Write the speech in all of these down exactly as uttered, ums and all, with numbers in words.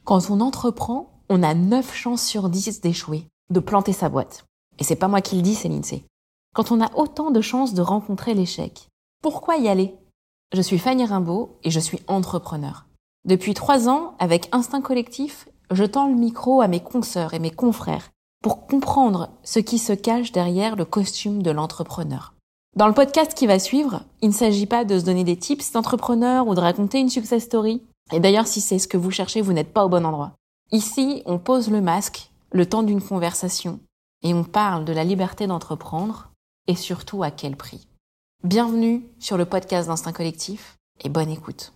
Quand on entreprend, on a neuf chances sur dix d'échouer, de planter sa boîte. Et c'est pas moi qui le dis, c'est l'INSEE. Quand on a autant de chances de rencontrer l'échec, pourquoi y aller ? Je suis Fanny Rimbaud et je suis entrepreneur. Depuis trois ans, avec Instinct Collectif, je tends le micro à mes consoeurs et mes confrères pour comprendre ce qui se cache derrière le costume de l'entrepreneur. Dans le podcast qui va suivre, il ne s'agit pas de se donner des tips d'entrepreneur ou de raconter une success story. Et d'ailleurs, si c'est ce que vous cherchez, vous n'êtes pas au bon endroit. Ici, on pose le masque, le temps d'une conversation, et on parle de la liberté d'entreprendre, et surtout à quel prix. Bienvenue sur le podcast d'Instinct Collectif, et bonne écoute.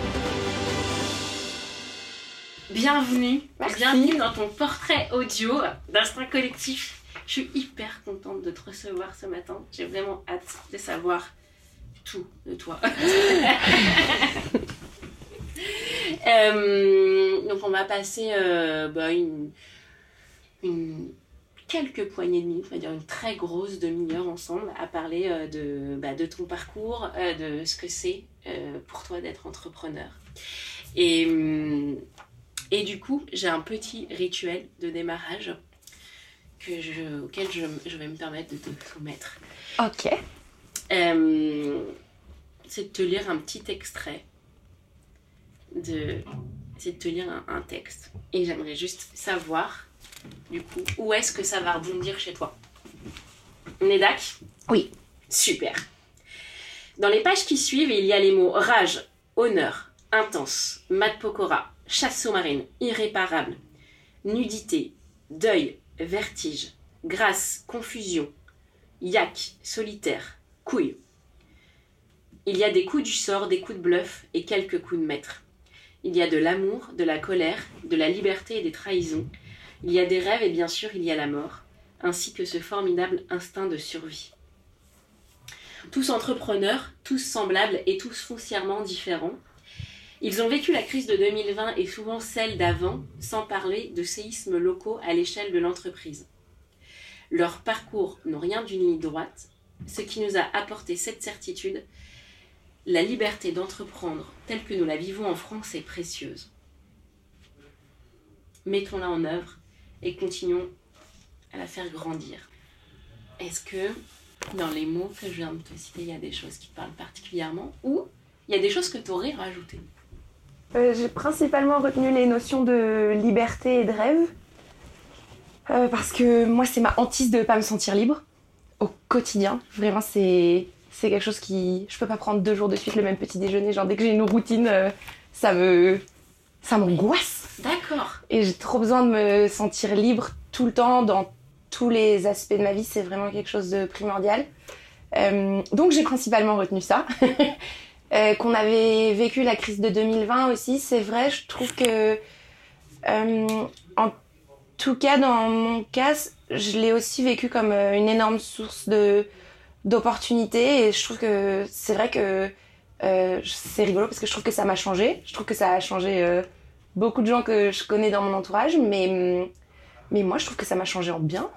Bienvenue, Merci. bienvenue dans ton portrait audio d'Instinct Collectif. Je suis hyper contente de te recevoir ce matin. J'ai vraiment hâte de savoir tout de toi. euh, donc on va passer euh, bah, une, une, quelques poignées de minutes, on va dire une très grosse demi-heure ensemble à parler euh, de, bah, de ton parcours, euh, de ce que c'est euh, pour toi d'être entrepreneur. Et, et du coup, j'ai un petit rituel de démarrage que je, auquel je, je vais me permettre de te soumettre. Ok. Euh, c'est de te lire un petit extrait. De, c'est de te lire un, un texte. Et j'aimerais juste savoir, du coup, où est-ce que ça va rebondir chez toi. On est d'accord ? Oui. Super. Dans les pages qui suivent, il y a les mots rage, honneur, intense, mat pokora, chasse sous-marine, irréparable, nudité, deuil, vertige, grâce, confusion, yak, solitaire, couille. Il y a des coups du sort, des coups de bluff et quelques coups de maître. Il y a de l'amour, de la colère, de la liberté et des trahisons. Il y a des rêves et bien sûr il y a la mort, ainsi que ce formidable instinct de survie. Tous entrepreneurs, tous semblables et tous foncièrement différents. Ils ont vécu la crise de deux mille vingt et souvent celle d'avant, sans parler de séismes locaux à l'échelle de l'entreprise. Leurs parcours n'ont rien d'une ligne droite, ce qui nous a apporté cette certitude: la liberté d'entreprendre telle que nous la vivons en France est précieuse. Mettons-la en œuvre et continuons à la faire grandir. Est-ce que dans les mots que je viens de te citer, il y a des choses qui te parlent particulièrement ou il y a des choses que tu aurais rajoutées ? Euh, j'ai principalement retenu les notions de liberté et de rêve. Euh, parce que moi, c'est ma hantise de ne pas me sentir libre au quotidien. Vraiment, c'est, c'est quelque chose qui... Je peux pas prendre deux jours de suite le même petit déjeuner. Genre, dès que j'ai une routine, euh, ça me... ça m'angoisse. D'accord. Et j'ai trop besoin de me sentir libre tout le temps, dans tous les aspects de ma vie. C'est vraiment quelque chose de primordial. Euh, donc, j'ai principalement retenu ça. Euh, qu'on avait vécu la crise de deux mille vingt aussi, c'est vrai, je trouve que euh, en tout cas dans mon cas, je l'ai aussi vécu comme euh, une énorme source de d'opportunités et je trouve que c'est vrai que euh, c'est rigolo parce que je trouve que ça m'a changé, je trouve que ça a changé euh, beaucoup de gens que je connais dans mon entourage, mais mais moi je trouve que ça m'a changé en bien.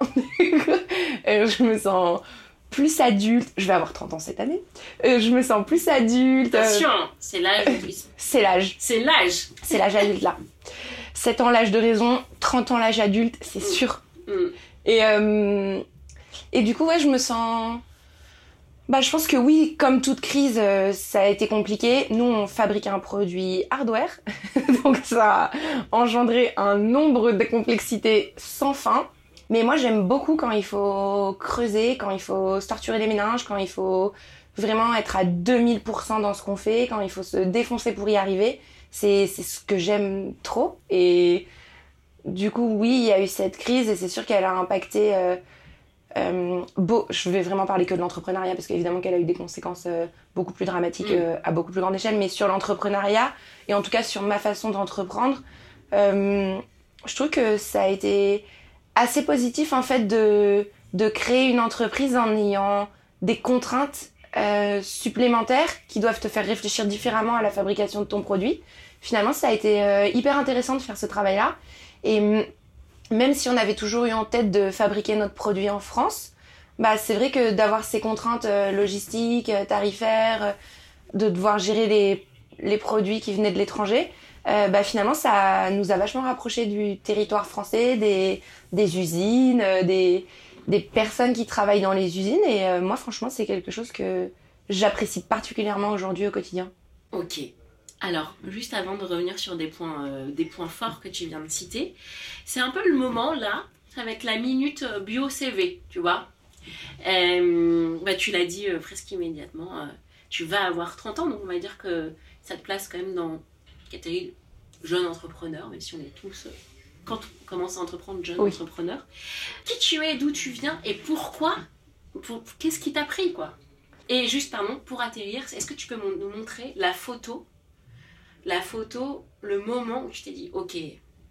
euh, je me sens plus adulte, je vais avoir trente ans cette année, euh, je me sens plus adulte. Attention, euh, c'est l'âge. C'est l'âge. C'est l'âge. C'est l'âge adulte là. sept ans l'âge de raison, trente ans l'âge adulte, c'est mmh. sûr. Mmh. Et, euh, et du coup, ouais, je me sens... Bah, je pense que oui, comme toute crise, euh, ça a été compliqué. Nous, on fabrique un produit hardware, donc ça a engendré un nombre de complexités sans fin. Mais moi, j'aime beaucoup quand il faut creuser, quand il faut se torturer les méninges, quand il faut vraiment être à deux mille pour cent dans ce qu'on fait, quand il faut se défoncer pour y arriver. C'est, c'est ce que j'aime trop. Et du coup, oui, il y a eu cette crise et c'est sûr qu'elle a impacté... Euh, euh, beau, je vais vraiment parler que de l'entrepreneuriat parce qu'évidemment qu'elle a eu des conséquences euh, beaucoup plus dramatiques euh, à beaucoup plus grande échelle. Mais sur l'entrepreneuriat, et en tout cas sur ma façon d'entreprendre, euh, je trouve que ça a été... assez positif en fait de, de créer une entreprise en ayant des contraintes euh, supplémentaires qui doivent te faire réfléchir différemment à la fabrication de ton produit. Finalement, ça a été euh, hyper intéressant de faire ce travail-là. Et m- même si on avait toujours eu en tête de fabriquer notre produit en France, bah, c'est vrai que d'avoir ces contraintes euh, logistiques, euh, tarifaires, euh, de devoir gérer les, les produits qui venaient de l'étranger, euh, bah, finalement, ça nous a vachement rapprochés du territoire français, des, des usines, euh, des, des personnes qui travaillent dans les usines. Et euh, moi, franchement, c'est quelque chose que j'apprécie particulièrement aujourd'hui au quotidien. Ok. Alors, juste avant de revenir sur des points, euh, des points forts que tu viens de citer, c'est un peu le moment, là, avec la minute bio-C V, tu vois. Euh, bah, tu l'as dit euh, presque immédiatement, euh, tu vas avoir trente ans, donc on va dire que ça te place quand même dans la catégorie jeune entrepreneur, même si on est tous, euh, quand on commence à entreprendre, jeune oui. entrepreneur. Qui tu es, d'où tu viens et pourquoi, pour, qu'est-ce qui t'a pris, quoi. Et juste, pardon, pour atterrir, est-ce que tu peux nous montrer la photo, la photo, le moment où tu t'es dit, ok,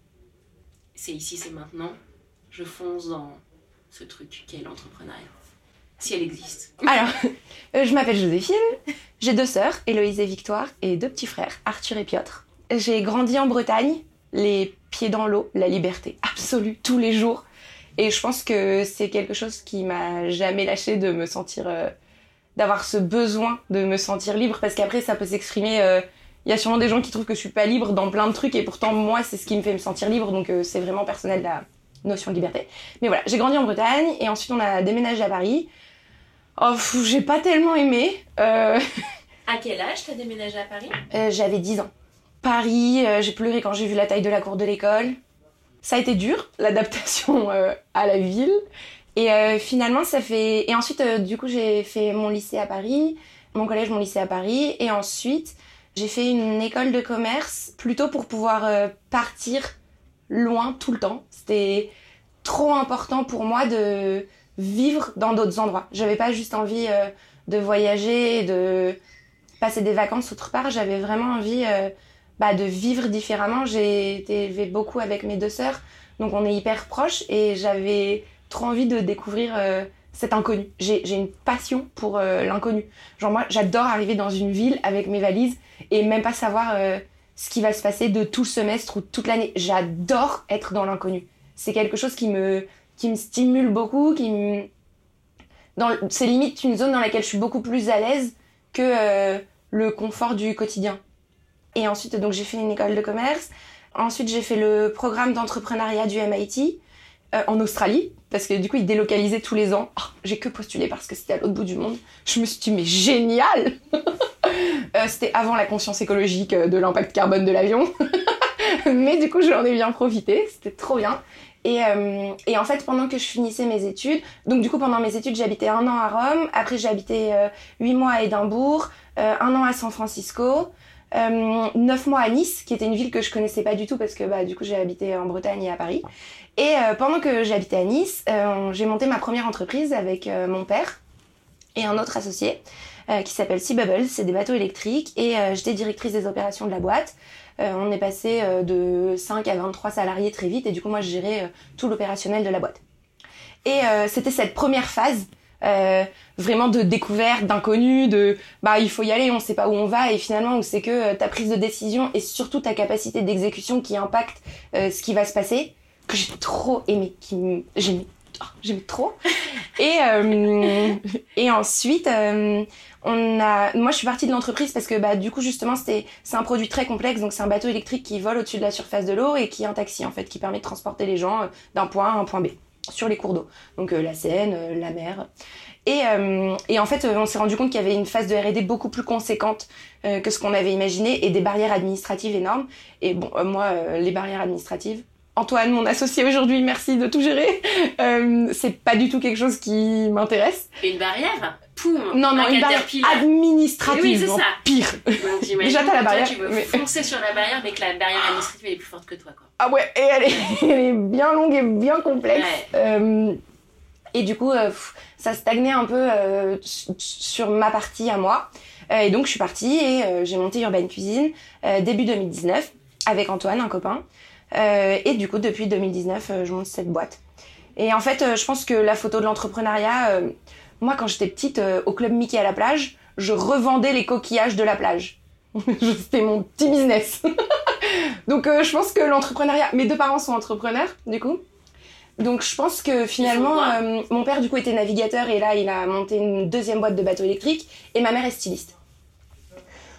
c'est ici, c'est maintenant, je fonce dans ce truc qui est l'entrepreneuriat, si elle existe. Alors, euh, je m'appelle Joséphine, j'ai deux sœurs, Héloïse et Victoire, et deux petits frères, Arthur et Piotr. J'ai grandi en Bretagne, les pieds dans l'eau, la liberté absolue, tous les jours. Et je pense que c'est quelque chose qui m'a jamais lâché de me sentir... Euh, d'avoir ce besoin de me sentir libre, parce qu'après ça peut s'exprimer, il euh, y a sûrement des gens qui trouvent que je suis pas libre dans plein de trucs, et pourtant moi c'est ce qui me fait me sentir libre, donc euh, c'est vraiment personnel la notion de liberté. Mais voilà, j'ai grandi en Bretagne, et ensuite on a déménagé à Paris. Oh, pff, j'ai pas tellement aimé. Euh... À quel âge t'as déménagé à Paris ? euh, J'avais dix ans. Paris, euh, j'ai pleuré quand j'ai vu la taille de la cour de l'école. Ça a été dur, l'adaptation euh, à la ville. Et euh, finalement, ça fait... Et ensuite, euh, du coup, j'ai fait mon lycée à Paris, mon collège, mon lycée à Paris. Et ensuite, j'ai fait une école de commerce, plutôt pour pouvoir euh, partir loin tout le temps. C'était trop important pour moi de vivre dans d'autres endroits. J'avais pas juste envie euh, de voyager, de passer des vacances autre part. J'avais vraiment envie euh, bah, de vivre différemment. J'ai été élevée beaucoup avec mes deux sœurs, donc on est hyper proches. Et j'avais... trop envie de découvrir euh, cet inconnu. J'ai, j'ai une passion pour euh, l'inconnu. Genre moi, j'adore arriver dans une ville avec mes valises et même pas savoir euh, ce qui va se passer de tout le semestre ou toute l'année. J'adore être dans l'inconnu. C'est quelque chose qui me, qui me stimule beaucoup, qui me... Dans, c'est limite une zone dans laquelle je suis beaucoup plus à l'aise que euh, le confort du quotidien. Et ensuite, donc j'ai fait une école de commerce. Ensuite, j'ai fait le programme d'entrepreneuriat du M I T. Euh, en Australie, parce que du coup ils délocalisaient tous les ans. Oh, j'ai que postulé parce que c'était à l'autre bout du monde. Je me suis dit mais génial. euh, C'était avant la conscience écologique de l'impact carbone de l'avion. Mais du coup j'en ai bien profité, c'était trop bien. Et, euh, et en fait pendant que je finissais mes études, donc du coup pendant mes études j'ai habité un an à Rome, après j'ai habité euh, huit mois à Édimbourg, euh, un an à San Francisco, euh, neuf mois à Nice, qui était une ville que je connaissais pas du tout parce que bah, du coup j'ai habité en Bretagne et à Paris. Et euh, pendant que j'habitais à Nice, euh, j'ai monté ma première entreprise avec euh, mon père et un autre associé euh, qui s'appelle Sea Bubbles, c'est des bateaux électriques, et euh, j'étais directrice des opérations de la boîte. Euh, on est passé euh, de cinq à vingt-trois salariés très vite, et du coup moi je gérais euh, tout l'opérationnel de la boîte. Et euh, c'était cette première phase euh, vraiment de découverte, d'inconnu, de bah il faut y aller, on sait pas où on va, et finalement où c'est que euh, ta prise de décision et surtout ta capacité d'exécution qui impacte euh, ce qui va se passer, que j'ai trop aimé, qui m... j'aimais, oh, j'aimais trop. Et euh, et ensuite euh, on a, moi je suis partie de l'entreprise parce que bah du coup justement c'était c'est un produit très complexe, donc c'est un bateau électrique qui vole au-dessus de la surface de l'eau et qui est un taxi en fait qui permet de transporter les gens euh, d'un point A à un point B sur les cours d'eau, donc euh, la Seine, euh, la mer. Et, euh, et en fait, euh, on s'est rendu compte qu'il y avait une phase de R et D beaucoup plus conséquente euh, que ce qu'on avait imaginé, et des barrières administratives énormes. Et bon, euh, moi, euh, les barrières administratives, Antoine, mon associé aujourd'hui, merci de tout gérer, euh, c'est pas du tout quelque chose qui m'intéresse. Une barrière ? Poum, non, non, une barrière administrative, oui, c'est ça. Pire. Donc, déjà, t'as la barrière. Toi, tu veux mais... foncer sur la barrière, mais que la barrière administrative elle est plus forte que toi, quoi. Ah ouais, et elle est, elle est bien longue et bien complexe. Ouais. Euh, et du coup, euh, ça stagnait un peu euh, sur ma partie à moi. Euh, et donc, je suis partie et euh, j'ai monté Urban Cuisine euh, début deux mille dix-neuf avec Antoine, un copain. Euh, et du coup, depuis deux mille dix-neuf, euh, je monte cette boîte. Et en fait, euh, je pense que la photo de l'entrepreneuriat... Euh, moi, quand j'étais petite, euh, au club Mickey à la plage, je revendais les coquillages de la plage. C'était mon petit business. Donc, euh, je pense que l'entrepreneuriat... Mes deux parents sont entrepreneurs, du coup. Donc, je pense que finalement, euh, mon père, du coup, était navigateur et là, il a monté une deuxième boîte de bateaux électriques. Et ma mère est styliste.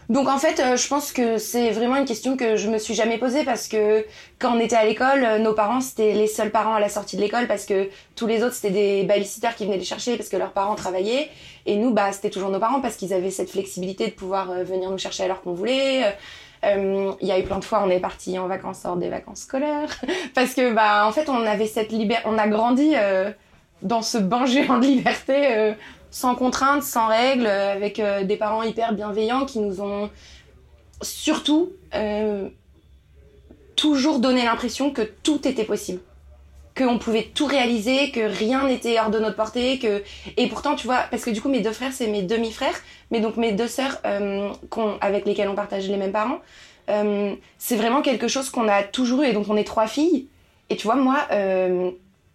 Donc en fait, euh, je pense que c'est vraiment une question que je me suis jamais posée parce que quand on était à l'école, euh, nos parents c'était les seuls parents à la sortie de l'école parce que tous les autres c'était des babysitters qui venaient les chercher parce que leurs parents travaillaient et nous bah c'était toujours nos parents parce qu'ils avaient cette flexibilité de pouvoir euh, venir nous chercher à l'heure qu'on voulait. Il euh, y a eu plein de fois on est parti en vacances hors des vacances scolaires parce que bah en fait on avait cette liberté, on a grandi euh, dans ce bain géant de liberté. Euh, sans contraintes, sans règles, avec euh, des parents hyper bienveillants qui nous ont surtout euh, toujours donné l'impression que tout était possible, qu'on pouvait tout réaliser, que rien n'était hors de notre portée, que et pourtant tu vois, parce que du coup mes deux frères c'est mes demi-frères, mais donc mes deux sœurs euh, qu'on... avec lesquelles on partage les mêmes parents, euh, c'est vraiment quelque chose qu'on a toujours eu et donc on est trois filles et tu vois moi euh,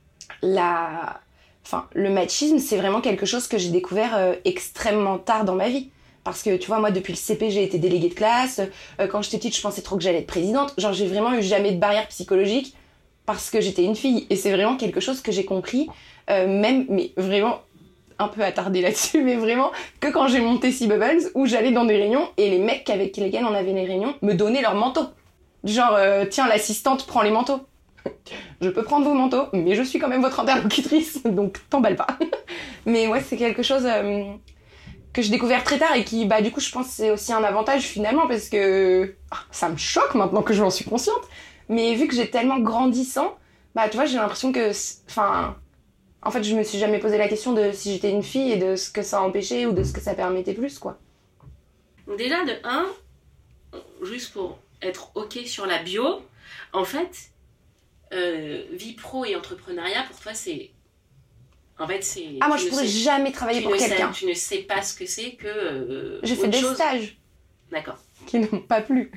la Enfin, le machisme, c'est vraiment quelque chose que j'ai découvert euh, extrêmement tard dans ma vie. Parce que, tu vois, moi, depuis le C P, j'ai été déléguée de classe. Euh, quand j'étais petite, je pensais trop que j'allais être présidente. Genre, j'ai vraiment eu jamais de barrière psychologique parce que j'étais une fille. Et c'est vraiment quelque chose que j'ai compris, euh, même, mais vraiment, un peu attardée là-dessus, mais vraiment, que quand j'ai monté Sea Bubbles, où j'allais dans des réunions, et les mecs avec lesquels on avait les réunions me donnaient leurs manteaux. Genre, euh, tiens, l'assistante prend les manteaux. Je peux prendre vos manteaux, mais je suis quand même votre interlocutrice, donc t'emballe pas. Mais ouais, c'est quelque chose euh, que j'ai découvert très tard et qui, bah du coup, je pense que c'est aussi un avantage finalement parce que ah, ça me choque maintenant que je m'en suis consciente. Mais vu que j'ai tellement grandi sans, bah tu vois, j'ai l'impression que, enfin, en fait, je me suis jamais posé la question de si j'étais une fille et de ce que ça empêchait ou de ce que ça permettait plus, quoi. Déjà de un, juste pour être ok sur la bio, en fait. Euh, vie pro et entrepreneuriat, pour toi, c'est... En fait, c'est... Ah, moi, je pourrais sais... jamais travailler pour quelqu'un. Sais, tu ne sais pas ce que c'est que... Euh, J'ai fait des chose. stages. D'accord. Qui n'ont pas plu.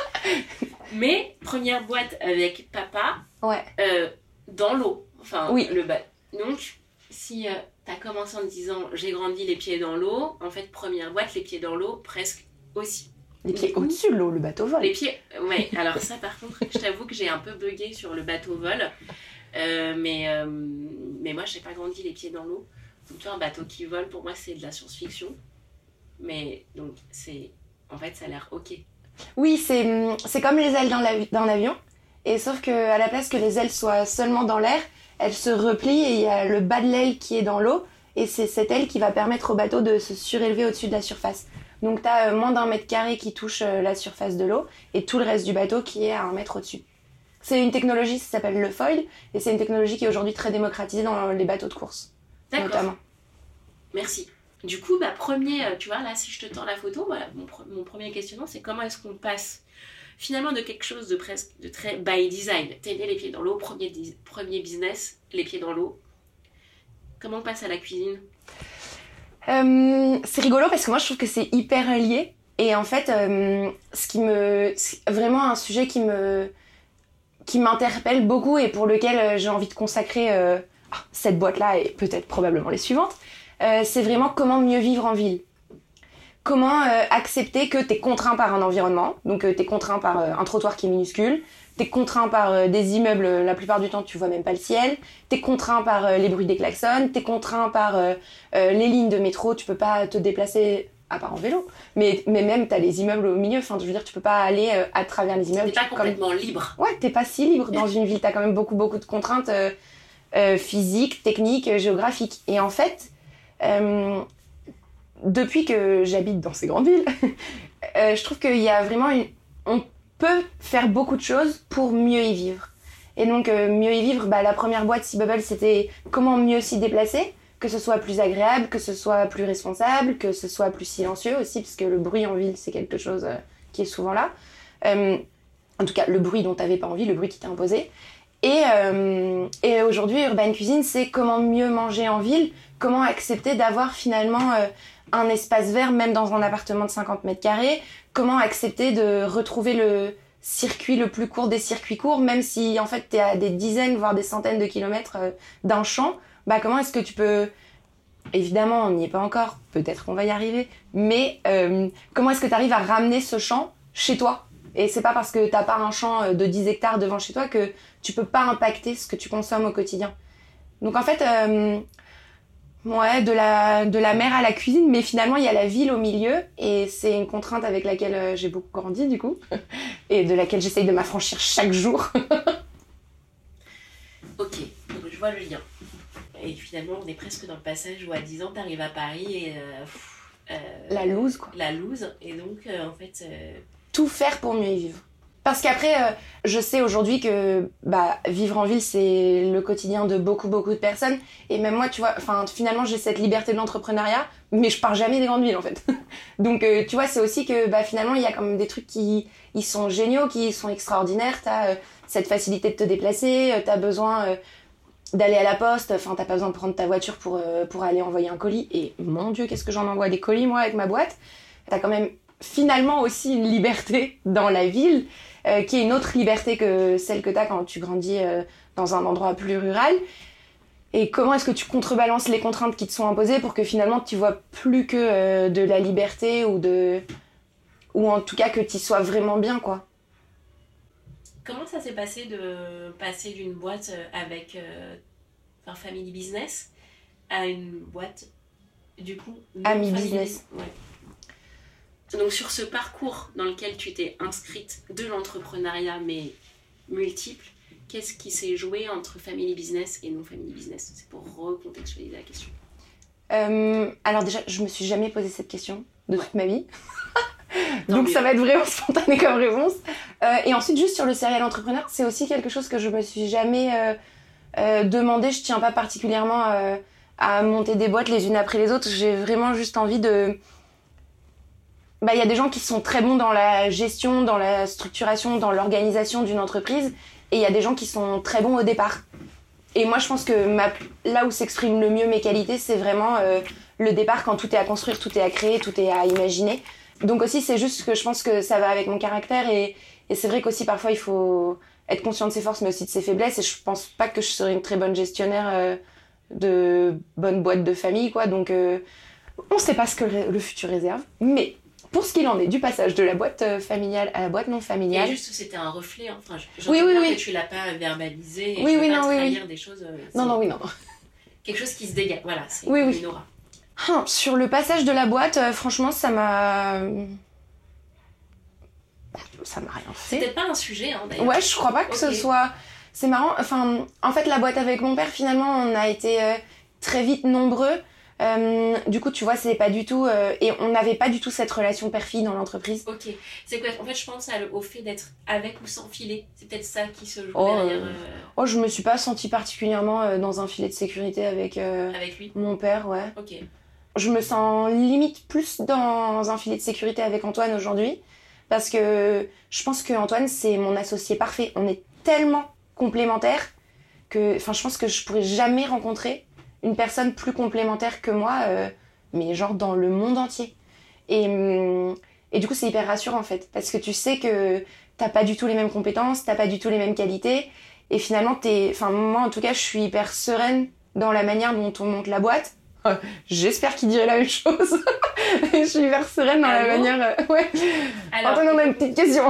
Mais, première boîte avec papa, ouais. euh, dans l'eau. Enfin, oui. le bas. Donc, si euh, t'as commencé en te disant « j'ai grandi les pieds dans l'eau », en fait, première boîte, les pieds dans l'eau, presque aussi. Les pieds coup, au-dessus de l'eau, le bateau vol. Les pieds, ouais. Alors ça, par contre, je t'avoue que j'ai un peu bugué sur le bateau vol. Euh, mais, euh, mais moi, j'ai pas grandi les pieds dans l'eau. Donc, tu vois, un bateau qui vole, pour moi, c'est de la science-fiction. Mais donc, c'est... En fait, ça a l'air ok. Oui, c'est, c'est comme les ailes d'un, d'un avion. Et sauf qu'à la place que les ailes soient seulement dans l'air, elles se replient et il y a le bas de l'aile qui est dans l'eau. Et c'est cette aile qui va permettre au bateau de se surélever au-dessus de la surface. Donc t'as euh, moins d'un mètre carré qui touche euh, la surface de l'eau et tout le reste du bateau qui est à un mètre au-dessus. C'est une technologie qui s'appelle le foil et c'est une technologie qui est aujourd'hui très démocratisée dans les bateaux de course. D'accord. Notamment. Merci. Du coup, bah, premier, tu vois, là, si je te tends la photo, voilà, mon, pr- mon premier questionnement, c'est comment est-ce qu'on passe finalement de quelque chose de presque de très by design, télé, les pieds dans l'eau, premier, di- premier business, les pieds dans l'eau. Comment on passe à la cuisine ? Euh, c'est rigolo parce que moi je trouve que c'est hyper lié et en fait euh, ce qui me c'est vraiment un sujet qui me qui m'interpelle beaucoup et pour lequel j'ai envie de consacrer euh, cette boîte là et peut-être probablement les suivantes euh, c'est vraiment comment mieux vivre en ville, comment euh, accepter que t'es contraint par un environnement, donc euh, t'es contraint par euh, un trottoir qui est minuscule, t'es contraint par euh, des immeubles, la plupart du temps tu vois même pas le ciel, t'es contraint par euh, les bruits des klaxons, t'es contraint par euh, euh, les lignes de métro, tu peux pas te déplacer, à part en vélo, mais, mais même t'as les immeubles au milieu, enfin je veux dire tu peux pas aller euh, à travers les immeubles. T'es pas complètement comme... libre. Ouais, t'es pas si libre dans une ville, t'as quand même beaucoup beaucoup de contraintes euh, euh, physiques, techniques, euh, géographiques. Et en fait, euh, depuis que j'habite dans ces grandes villes, euh, je trouve qu'il y a vraiment une... On peut faire beaucoup de choses pour mieux y vivre. Et donc, euh, mieux y vivre, bah, la première boîte Sea Bubble, c'était comment mieux s'y déplacer, que ce soit plus agréable, que ce soit plus responsable, que ce soit plus silencieux aussi, parce que le bruit en ville, c'est quelque chose euh, qui est souvent là. Euh, en tout cas, le bruit dont t'avais pas envie, le bruit qui t'est imposé. Et, euh, et aujourd'hui, Urban Cuisine, c'est comment mieux manger en ville, comment accepter d'avoir finalement euh, un espace vert, même dans un appartement de cinquante mètres carrés, comment accepter de retrouver le circuit le plus court des circuits courts, même si en fait t'es à des dizaines, voire des centaines de kilomètres euh, d'un champ, bah comment est-ce que tu peux... Évidemment, on n'y est pas encore, peut-être qu'on va y arriver, mais euh, comment est-ce que tu arrives à ramener ce champ chez toi ? Et c'est pas parce que t'as pas un champ de dix hectares devant chez toi que tu peux pas impacter ce que tu consommes au quotidien. Donc en fait, euh, Ouais, de la, de la mer à la cuisine, mais finalement il y a la ville au milieu et c'est une contrainte avec laquelle euh, j'ai beaucoup grandi du coup et de laquelle j'essaye de m'affranchir chaque jour. Ok, donc je vois le lien. Et finalement on est presque dans le passage où à dix ans t'arrives à Paris et... Euh, pff, euh, la loose quoi. La loose, et donc euh, en fait... Euh... Tout faire pour mieux y vivre. Parce qu'après, euh, je sais aujourd'hui que bah, vivre en ville, c'est le quotidien de beaucoup, beaucoup de personnes. Et même moi, tu vois, finalement, j'ai cette liberté de l'entrepreneuriat, mais je pars jamais des grandes villes, en fait. Donc, euh, tu vois, c'est aussi que bah, finalement, il y a quand même des trucs qui ils sont géniaux, qui sont extraordinaires. T'as euh, cette facilité de te déplacer, euh, t'as besoin euh, d'aller à la poste, enfin, t'as pas besoin de prendre ta voiture pour, euh, pour aller envoyer un colis. Et mon Dieu, qu'est-ce que j'en envoie des colis, moi, avec ma boîte. T'as quand même finalement aussi une liberté dans la ville, euh, qui est une autre liberté que celle que tu as quand tu grandis euh, dans un endroit plus rural. Et comment est-ce que tu contrebalances les contraintes qui te sont imposées pour que finalement tu vois plus que euh, de la liberté ou de ou en tout cas que tu y sois vraiment bien, quoi. Comment ça s'est passé de passer d'une boîte avec euh, un family business à une boîte du coup Ami business. Ouais. Donc sur ce parcours dans lequel tu t'es inscrite de l'entrepreneuriat mais multiple, qu'est-ce qui s'est joué entre family business et non family business? C'est pour recontextualiser la question. Euh, alors déjà, je me suis jamais posé cette question de ouais. toute ma vie. Donc mieux. Ça va être vraiment spontané comme réponse. Euh, et ensuite, juste sur le serial entrepreneur, c'est aussi quelque chose que je me suis jamais euh, euh, demandé. Je tiens pas particulièrement euh, à monter des boîtes les unes après les autres. J'ai vraiment juste envie de... Bah, y a des gens qui sont très bons dans la gestion, dans la structuration, dans l'organisation d'une entreprise, et il y a des gens qui sont très bons au départ. Et moi, je pense que ma... là où s'expriment le mieux mes qualités, c'est vraiment euh, le départ, quand tout est à construire, tout est à créer, tout est à imaginer. Donc aussi, c'est juste que je pense que ça va avec mon caractère, et, et c'est vrai qu'aussi, parfois, il faut être conscient de ses forces, mais aussi de ses faiblesses, et je pense pas que je serais une très bonne gestionnaire euh, de bonne boîte de famille, quoi. Donc, euh, on sait pas ce que le futur réserve, mais... Pour ce qu'il en est du passage de la boîte familiale à la boîte non familiale. Et juste c'était un reflet, hein. Enfin, oui, oui, oui. que tu l'as pas verbalisé et oui, je veux oui, pas non, trahir oui, oui. des choses. Non, non, oui, non. Quelque chose qui se dégage, voilà, c'est oui, oui. une aura. Hum, sur le passage de la boîte, euh, franchement, ça m'a... Ça m'a rien fait. C'est peut-être pas un sujet, hein, d'ailleurs. Ouais, je crois pas que okay. ce soit... C'est marrant, enfin, en fait, la boîte avec mon père, finalement, on a été euh, très vite nombreux. Euh, du coup, tu vois, c'est pas du tout... Euh, et on n'avait pas du tout cette relation père-fille dans l'entreprise. Ok. C'est quoi? En fait, je pense à, au fait d'être avec ou sans filet. C'est peut-être ça qui se joue oh, derrière... Euh... Oh, je me suis pas sentie particulièrement euh, dans un filet de sécurité avec... Euh, avec lui? Mon père, ouais. Ok. Je me sens limite plus dans un filet de sécurité avec Antoine aujourd'hui. Parce que je pense que Antoine, c'est mon associé parfait. On est tellement complémentaires que... Enfin, je pense que je pourrais jamais rencontrer une personne plus complémentaire que moi, euh, mais genre dans le monde entier. Et, et du coup, c'est hyper rassurant en fait, parce que tu sais que t'as pas du tout les mêmes compétences, t'as pas du tout les mêmes qualités, et finalement, t'es... Enfin, moi en tout cas, je suis hyper sereine dans la manière dont on monte la boîte. Euh, j'espère qu'il dirait la même chose. Je suis hyper sereine dans Allô la manière... Euh, ouais. Alors, Antoine, on a une petite question.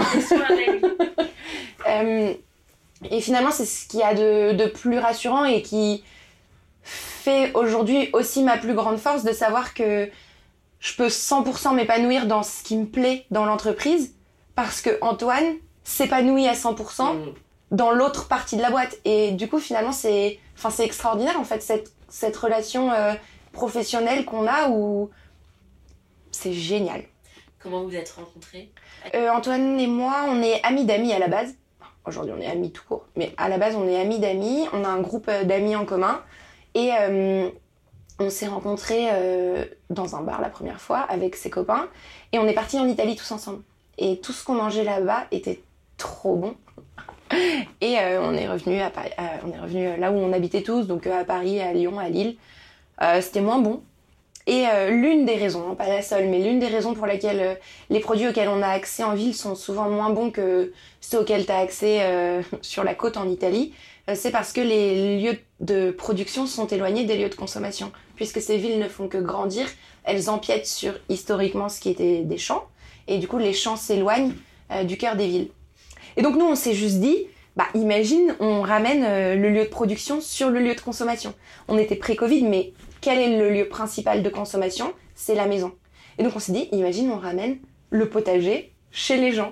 euh, et finalement, c'est ce qu'il y a de, de plus rassurant et qui... fait aujourd'hui aussi ma plus grande force de savoir que je peux cent pour cent m'épanouir dans ce qui me plaît dans l'entreprise parce que Antoine s'épanouit à cent pour cent mmh. dans l'autre partie de la boîte. Et du coup, finalement, c'est, enfin, c'est extraordinaire en fait cette, cette relation euh, professionnelle qu'on a où c'est génial. Comment vous êtes rencontrés? euh, Antoine et moi, on est amis d'amis à la base. Aujourd'hui, on est amis tout court. Mais à la base, on est amis d'amis. On a un groupe d'amis en commun. Et euh, on s'est rencontrés euh, dans un bar la première fois avec ses copains. Et on est partis en Italie tous ensemble. Et tout ce qu'on mangeait là-bas était trop bon. Et euh, on est revenu à Paris, euh, on est revenu là où on habitait tous, donc euh, à Paris, à Lyon, à Lille. Euh, c'était moins bon. Et euh, l'une des raisons, hein, pas la seule, mais l'une des raisons pour laquelle euh, les produits auxquels on a accès en ville sont souvent moins bons que ceux auxquels tu as accès euh, sur la côte en Italie, euh, c'est parce que les lieux de production sont éloignés des lieux de consommation. Puisque ces villes ne font que grandir, elles empiètent sur historiquement ce qui était des champs, et du coup les champs s'éloignent euh, du cœur des villes. Et donc nous on s'est juste dit, bah imagine, on ramène euh, le lieu de production sur le lieu de consommation. On était pré-Covid, mais quel est le lieu principal de consommation ? C'est la maison. Et donc on s'est dit, imagine, on ramène le potager chez les gens.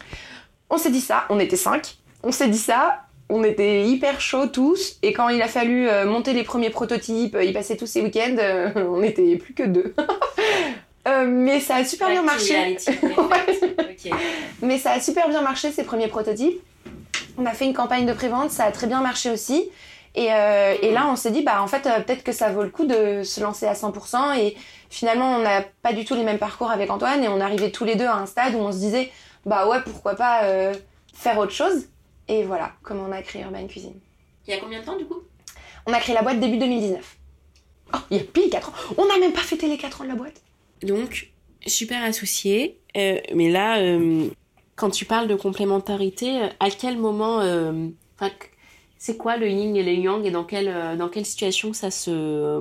On s'est dit ça, on était cinq. On s'est dit ça, on était hyper chauds tous. Et quand il a fallu euh, monter les premiers prototypes, euh, y passer tous ces week-ends, euh, on était plus que deux. euh, mais ça a super bien marché. Ouais. Okay. Mais ça a super bien marché, ces premiers prototypes. On a fait une campagne de prévente, ça a très bien marché aussi. Et, euh, et là, on s'est dit, bah en fait, euh, peut-être que ça vaut le coup de se lancer à cent pour cent. Et finalement, on n'a pas du tout les mêmes parcours avec Antoine. Et on arrivait tous les deux à un stade où on se disait, bah ouais, pourquoi pas euh, faire autre chose. Et voilà, comment on a créé Urban Cuisine. Il y a combien de temps, du coup ? On a créé la boîte début deux mille dix-neuf. Oh, il y a pile quatre ans. On n'a même pas fêté les quatre ans de la boîte. Donc, super associé. Euh, mais là, euh, quand tu parles de complémentarité, à quel moment... Euh, c'est quoi le yin et le yang et dans quelle, euh, dans quelle situation ça, se, euh,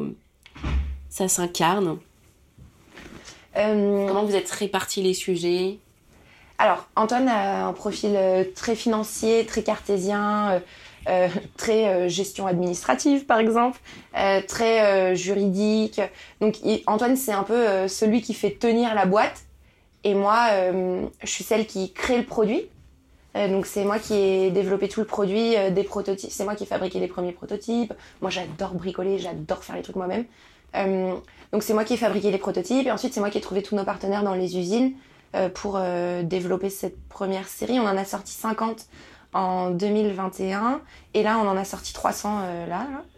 ça s'incarne ? euh... Comment vous êtes répartis les sujets ? Alors, Antoine a un profil euh, très financier, très cartésien, euh, euh, très euh, gestion administrative, par exemple, euh, très euh, juridique. Donc, il, Antoine, c'est un peu euh, celui qui fait tenir la boîte. Et moi, euh, je suis celle qui crée le produit. Euh, donc, c'est moi qui ai développé tout le produit, euh, des prototypes. C'est moi qui ai fabriqué les premiers prototypes. Moi, j'adore bricoler, j'adore faire les trucs moi-même. Euh, donc, c'est moi qui ai fabriqué les prototypes. Et ensuite, c'est moi qui ai trouvé tous nos partenaires dans les usines euh, pour euh, développer cette première série. On en a sorti cinquante en deux mille vingt et un. Et là, on en a sorti trois cents euh, là, là.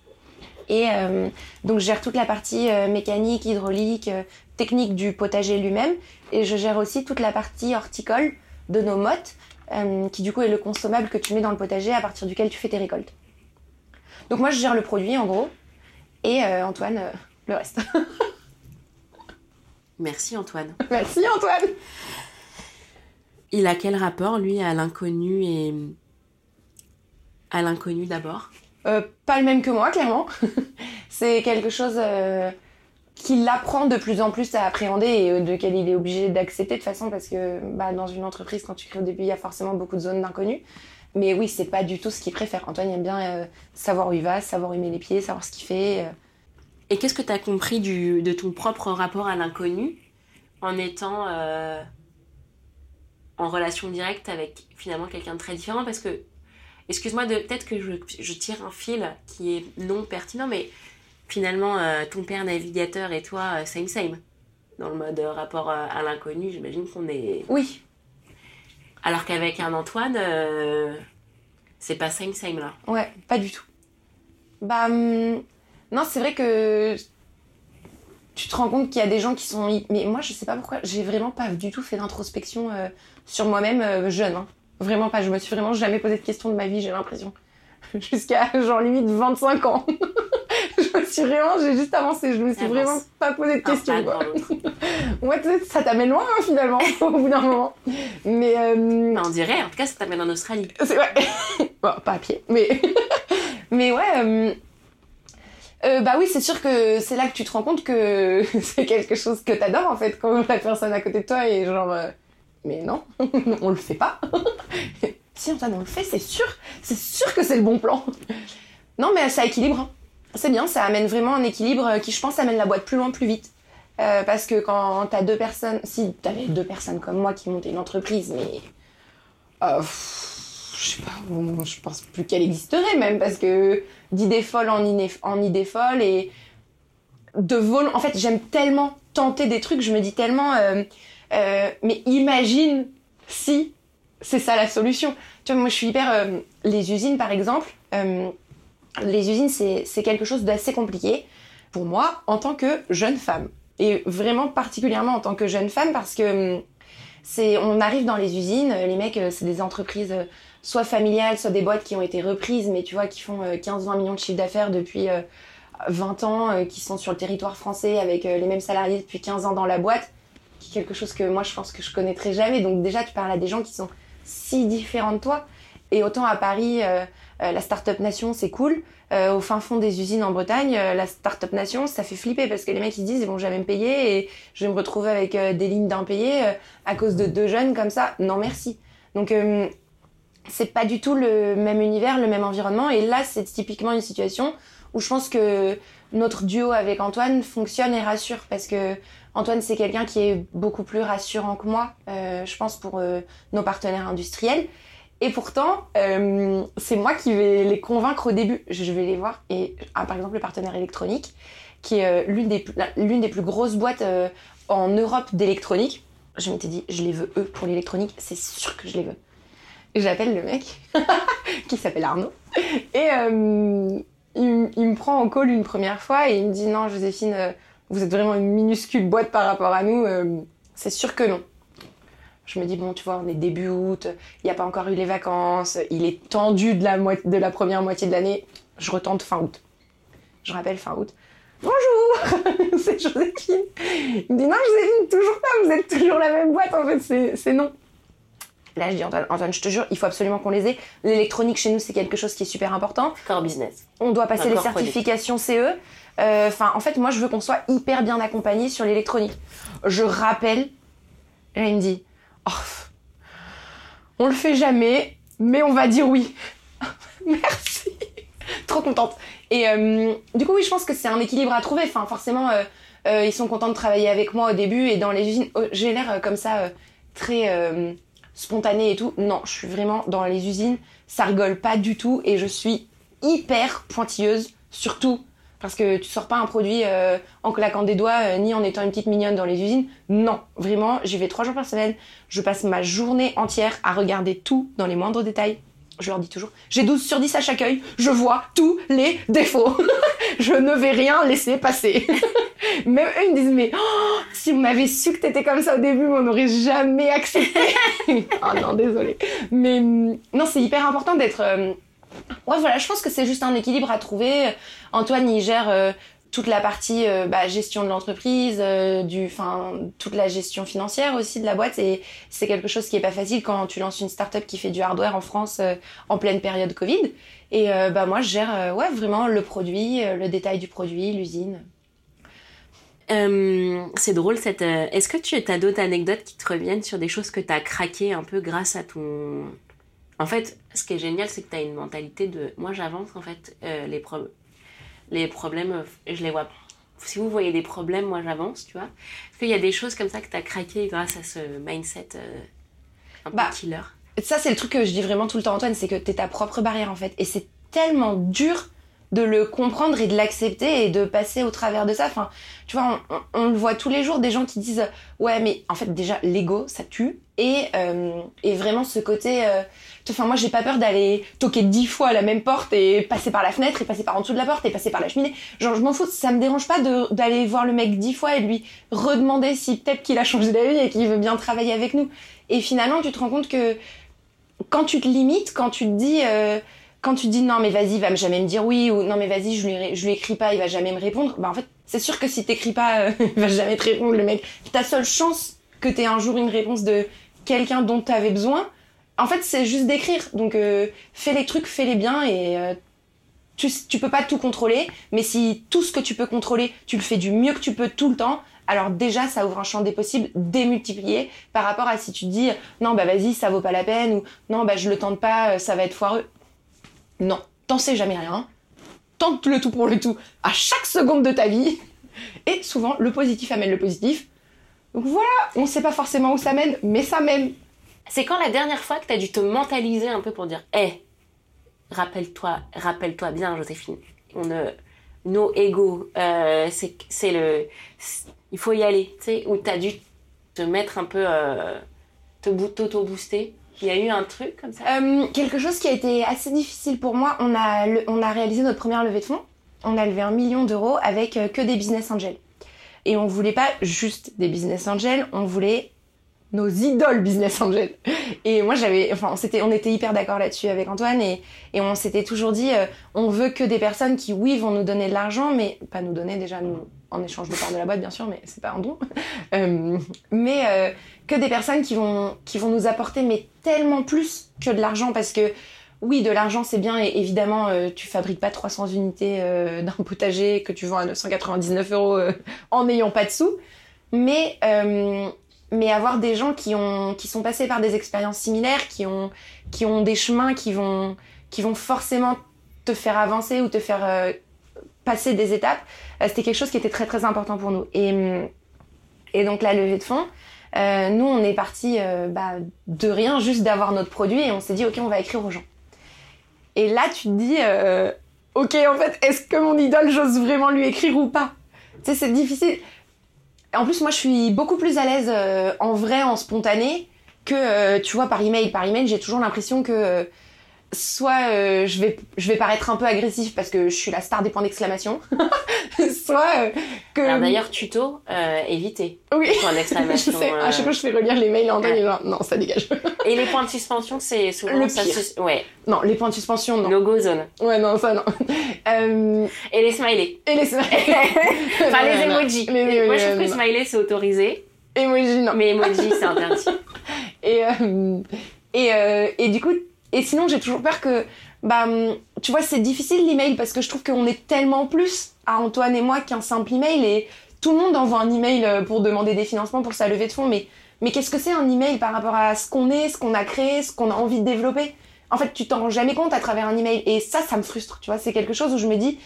Et euh, donc, je gère toute la partie euh, mécanique, hydraulique, euh, technique du potager lui-même. Et je gère aussi toute la partie horticole de nos mottes, euh, qui du coup est le consommable que tu mets dans le potager à partir duquel tu fais tes récoltes. Donc moi, je gère le produit, en gros. Et euh, Antoine, euh, le reste. Merci, Antoine. Merci, Antoine. Il a quel rapport, lui, à l'inconnu et... à l'inconnu, d'abord ? Euh, pas le même que moi, clairement. C'est quelque chose euh, qu'il apprend de plus en plus à appréhender et euh, de quel il est obligé d'accepter de toute façon parce que bah, dans une entreprise, quand tu crées au début, il y a forcément beaucoup de zones d'inconnu. Mais oui, c'est pas du tout ce qu'il préfère. Antoine aime bien euh, savoir où il va, savoir où il met les pieds, savoir ce qu'il fait. Euh. Et qu'est-ce que tu as compris du, de ton propre rapport à l'inconnu en étant euh, en relation directe avec finalement quelqu'un de très différent ? Parce que excuse-moi, de, peut-être que je, je tire un fil qui est non pertinent, mais finalement, euh, ton père navigateur et toi, euh, same same. Dans le mode euh, rapport à, à l'inconnu, j'imagine qu'on est... Oui. Alors qu'avec un Antoine, euh, c'est pas same same, là. Ouais, pas du tout. Bah, hum, non, c'est vrai que tu te rends compte qu'il y a des gens qui sont... Mais moi, je sais pas pourquoi, j'ai vraiment pas du tout fait d'introspection euh, sur moi-même euh, jeune, hein. Vraiment pas, je me suis vraiment jamais posé de questions de ma vie, j'ai l'impression. Jusqu'à genre limite vingt-cinq ans. Je me suis vraiment, j'ai juste avancé, je me suis Avance. vraiment pas posé de questions. Quoi. Ouais, ça t'amène loin hein, finalement, au bout d'un moment. Mais euh... on dirait, en tout cas ça t'amène en Australie. C'est vrai. Bon, pas à pied, mais... mais ouais... Euh... Euh, bah oui, c'est sûr que c'est là que tu te rends compte que c'est quelque chose que t'adores en fait, quand la personne à côté de toi est genre... Euh... Mais non, on le fait pas. Si Antoine, on le fait, c'est sûr. C'est sûr que c'est le bon plan. Non, mais ça équilibre. Hein. C'est bien, ça amène vraiment un équilibre qui, je pense, amène la boîte plus loin, plus vite. Euh, parce que quand t'as deux personnes... Si t'avais deux personnes comme moi qui montaient une entreprise, mais... Euh, je sais pas, je pense plus qu'elle existerait même, parce que d'idées folles en, iné, en idées folles et... de vol... En fait, j'aime tellement tenter des trucs, je me dis tellement... Euh, Euh, mais imagine si c'est ça la solution. Tu vois, moi je suis hyper... Euh, les usines par exemple, euh, les usines c'est, c'est quelque chose d'assez compliqué pour moi en tant que jeune femme. Et vraiment particulièrement en tant que jeune femme parce que c'est, on arrive dans les usines, les mecs c'est des entreprises soit familiales, soit des boîtes qui ont été reprises mais tu vois qui font quinze à vingt millions de chiffre d'affaires depuis euh, vingt ans, euh, qui sont sur le territoire français avec euh, les mêmes salariés depuis quinze ans dans la boîte. Quelque chose que moi je pense que je connaîtrai jamais, donc déjà tu parles à des gens qui sont si différents de toi, et autant à Paris euh, euh, la Startup Nation c'est cool, euh, au fin fond des usines en Bretagne euh, la Startup Nation ça fait flipper parce que les mecs ils disent ils vont jamais me payer et je vais me retrouver avec euh, des lignes d'impayés euh, à cause de deux jeunes comme ça, non merci. Donc euh, c'est pas du tout le même univers, le même environnement. Et là, c'est typiquement une situation où je pense que notre duo avec Antoine fonctionne et rassure. Parce que Antoine, c'est quelqu'un qui est beaucoup plus rassurant que moi, euh, je pense, pour euh, nos partenaires industriels. Et pourtant, euh, c'est moi qui vais les convaincre au début. Je vais les voir. Et ah, par exemple, le partenaire électronique, qui est euh, l'une, des, l'une des plus grosses boîtes euh, en Europe d'électronique. Je m'étais dit, je les veux eux pour l'électronique, c'est sûr que je les veux. Et j'appelle le mec, qui s'appelle Arnaud, et euh, il, il me prend en call une première fois et il me dit, non Joséphine, euh, vous êtes vraiment une minuscule boîte par rapport à nous, euh, c'est sûr que non. Je me dis, bon, tu vois, on est début août, il n'y a pas encore eu les vacances, il est tendu de la, mo- de la première moitié de l'année, je retente fin août. Je rappelle fin août. Bonjour, c'est Joséphine. Il me dit, non Joséphine, toujours pas, vous êtes toujours la même boîte, en fait, c'est, c'est non. Là, je dis, Antoine, Antoine, je te jure, il faut absolument qu'on les ait. L'électronique, chez nous, c'est quelque chose qui est super important. Core business. On doit passer Enfin, les certifications C E. Enfin, euh, en fait, moi, je veux qu'on soit hyper bien accompagné sur l'électronique. Je rappelle, là, il me dit, oh, on le fait jamais, mais on va dire oui. Merci. Trop contente. Et euh, du coup, oui, je pense que c'est un équilibre à trouver. Enfin, forcément, euh, euh, ils sont contents de travailler avec moi au début. Et dans les usines, oh, j'ai l'air euh, comme ça, euh, très... Euh, spontanée et tout. Non, je suis vraiment dans les usines, ça rigole pas du tout et je suis hyper pointilleuse, surtout parce que tu sors pas un produit euh, en claquant des doigts euh, ni en étant une petite mignonne dans les usines. Non, vraiment, j'y vais trois jours par semaine. Je passe ma journée entière à regarder tout dans les moindres détails. Je leur dis toujours, j'ai douze sur dix à chaque œil, je vois tous les défauts. Je ne vais rien laisser passer. Même eux, ils me disent, mais oh, si on avait su que t'étais comme ça au début, on n'aurait jamais accepté. Oh non, désolée. Mais non, c'est hyper important d'être... Euh... Ouais, voilà, je pense que c'est juste un équilibre à trouver. Antoine, il gère euh, toute la partie euh, bah, gestion de l'entreprise, euh, du, enfin, toute la gestion financière aussi de la boîte. Et c'est quelque chose qui est pas facile quand tu lances une start-up qui fait du hardware en France euh, en pleine période Covid. Et euh, bah moi, je gère euh, ouais, vraiment le produit, euh, le détail du produit, l'usine. Euh, c'est drôle cette. Euh, est-ce que tu as d'autres anecdotes qui te reviennent sur des choses que tu as craquées un peu grâce à ton. En fait, ce qui est génial, c'est que tu as une mentalité de. Moi, j'avance en fait. Euh, les, pro... les problèmes, euh, je les vois. Si vous voyez des problèmes, moi j'avance, tu vois. Est-ce qu'il y a des choses comme ça que tu as craquées grâce à ce mindset euh, un peu bah, killer? Ça, c'est le truc que je dis vraiment tout le temps, Antoine, c'est que t'es ta propre barrière en fait. Et c'est tellement dur de le comprendre et de l'accepter et de passer au travers de ça. Enfin, tu vois, on, on, on le voit tous les jours, des gens qui disent « Ouais, mais en fait, déjà, l'ego, ça tue. » Et, euh, et vraiment ce côté... Euh, enfin, moi, j'ai pas peur d'aller toquer dix fois à la même porte et passer par la fenêtre et passer par en dessous de la porte et passer par la cheminée. Genre, je m'en fous, ça me dérange pas de, d'aller voir le mec dix fois et lui redemander si peut-être qu'il a changé d'avis et qu'il veut bien travailler avec nous. Et finalement, tu te rends compte que quand tu te limites, quand tu te dis... Euh, Quand tu te dis non mais vas-y, il va jamais me dire oui, ou non mais vas-y, je lui, je lui écris pas, il va jamais me répondre, bah en fait, c'est sûr que si t'écris pas, euh, il va jamais te répondre le mec. Ta seule chance que t'aies un jour une réponse de quelqu'un dont t'avais besoin, en fait, c'est juste d'écrire. Donc euh, fais les trucs, fais-les bien et euh, tu, tu peux pas tout contrôler, mais si tout ce que tu peux contrôler, tu le fais du mieux que tu peux tout le temps, alors déjà, ça ouvre un champ des possibles démultiplié par rapport à si tu te dis non bah vas-y, ça vaut pas la peine, ou non bah je le tente pas, ça va être foireux. Non, t'en sais jamais rien. Tente le tout pour le tout à chaque seconde de ta vie. Et souvent, le positif amène le positif. Donc voilà, on sait pas forcément où ça mène, mais ça mène. C'est quand la dernière fois que t'as dû te mentaliser un peu pour dire « Hé, hey, rappelle-toi, rappelle-toi bien, Joséphine, on a nos égos, euh, c'est, c'est le... C'est, il faut y aller. » Tu sais, où t'as dû te mettre un peu... Euh, te, t'auto-booster. Il y a eu un truc comme ça euh, Quelque chose qui a été assez difficile pour moi. On a, le, on a réalisé notre première levée de fonds. On a levé un million d'euros avec euh, que des business angels. Et on voulait pas juste des business angels, on voulait nos idoles business angels. Et moi, j'avais, enfin, on, s'était, on était hyper d'accord là-dessus avec Antoine et, et on s'était toujours dit, euh, on veut que des personnes qui, oui, vont nous donner de l'argent, mais pas nous donner déjà nous, en échange de part de la boîte, bien sûr, mais c'est pas un don. euh, mais euh, que des personnes qui vont, qui vont nous apporter, mais tellement plus que de l'argent, parce que oui, de l'argent, c'est bien, et évidemment, euh, tu fabriques pas trois cents unités euh, d'un potager que tu vends à neuf cent quatre-vingt-dix-neuf euros euh, en n'ayant pas de sous. Mais, euh, mais avoir des gens qui ont qui sont passés par des expériences similaires, qui ont qui ont des chemins qui vont qui vont forcément te faire avancer ou te faire euh, passer des étapes, euh, c'était quelque chose qui était très très important pour nous. Et et donc la levée de fonds, euh, nous on est parti euh, bah, de rien, juste d'avoir notre produit et on s'est dit ok, on va écrire aux gens. Et là tu te dis euh, ok, en fait, est-ce que mon idole, j'ose vraiment lui écrire ou pas? Tu sais, c'est difficile. En plus, moi, je suis beaucoup plus à l'aise euh, en vrai, en spontané, que, euh, tu vois, par email. Par email, j'ai toujours l'impression que euh, soit euh, je vais je vais paraître un peu agressif parce que je suis la star des points d'exclamation, soit euh, que... Alors d'ailleurs, tuto, euh, évitez oui. les points d'exclamation. Je sais, euh... à chaque fois, je fais relire les mails et Antoine, ouais. il est genre, non, ça dégage. Et les points de suspension, c'est souvent... Le ça pire. sus... Ouais. Non, les points de suspension, non. No-go zone. Ouais, non, ça, non. Euh... Et les smileys. Et les smileys. Enfin, les emojis. Les, les, Moi, je trouve les, que smiley, c'est autorisé. Emoji, non. Mais emoji, c'est interdit. Et, euh, et, euh, et du coup, et sinon, j'ai toujours peur que, bah, tu vois, c'est difficile l'email parce que je trouve qu'on est tellement plus à Antoine et moi qu'un simple email et tout le monde envoie un email pour demander des financements pour sa levée de fonds. Mais, mais qu'est-ce que c'est un email par rapport à ce qu'on est, ce qu'on a créé, ce qu'on a envie de développer? En fait, tu t'en rends jamais compte à travers un email. Et ça, ça me frustre, tu vois. C'est quelque chose où je me dis,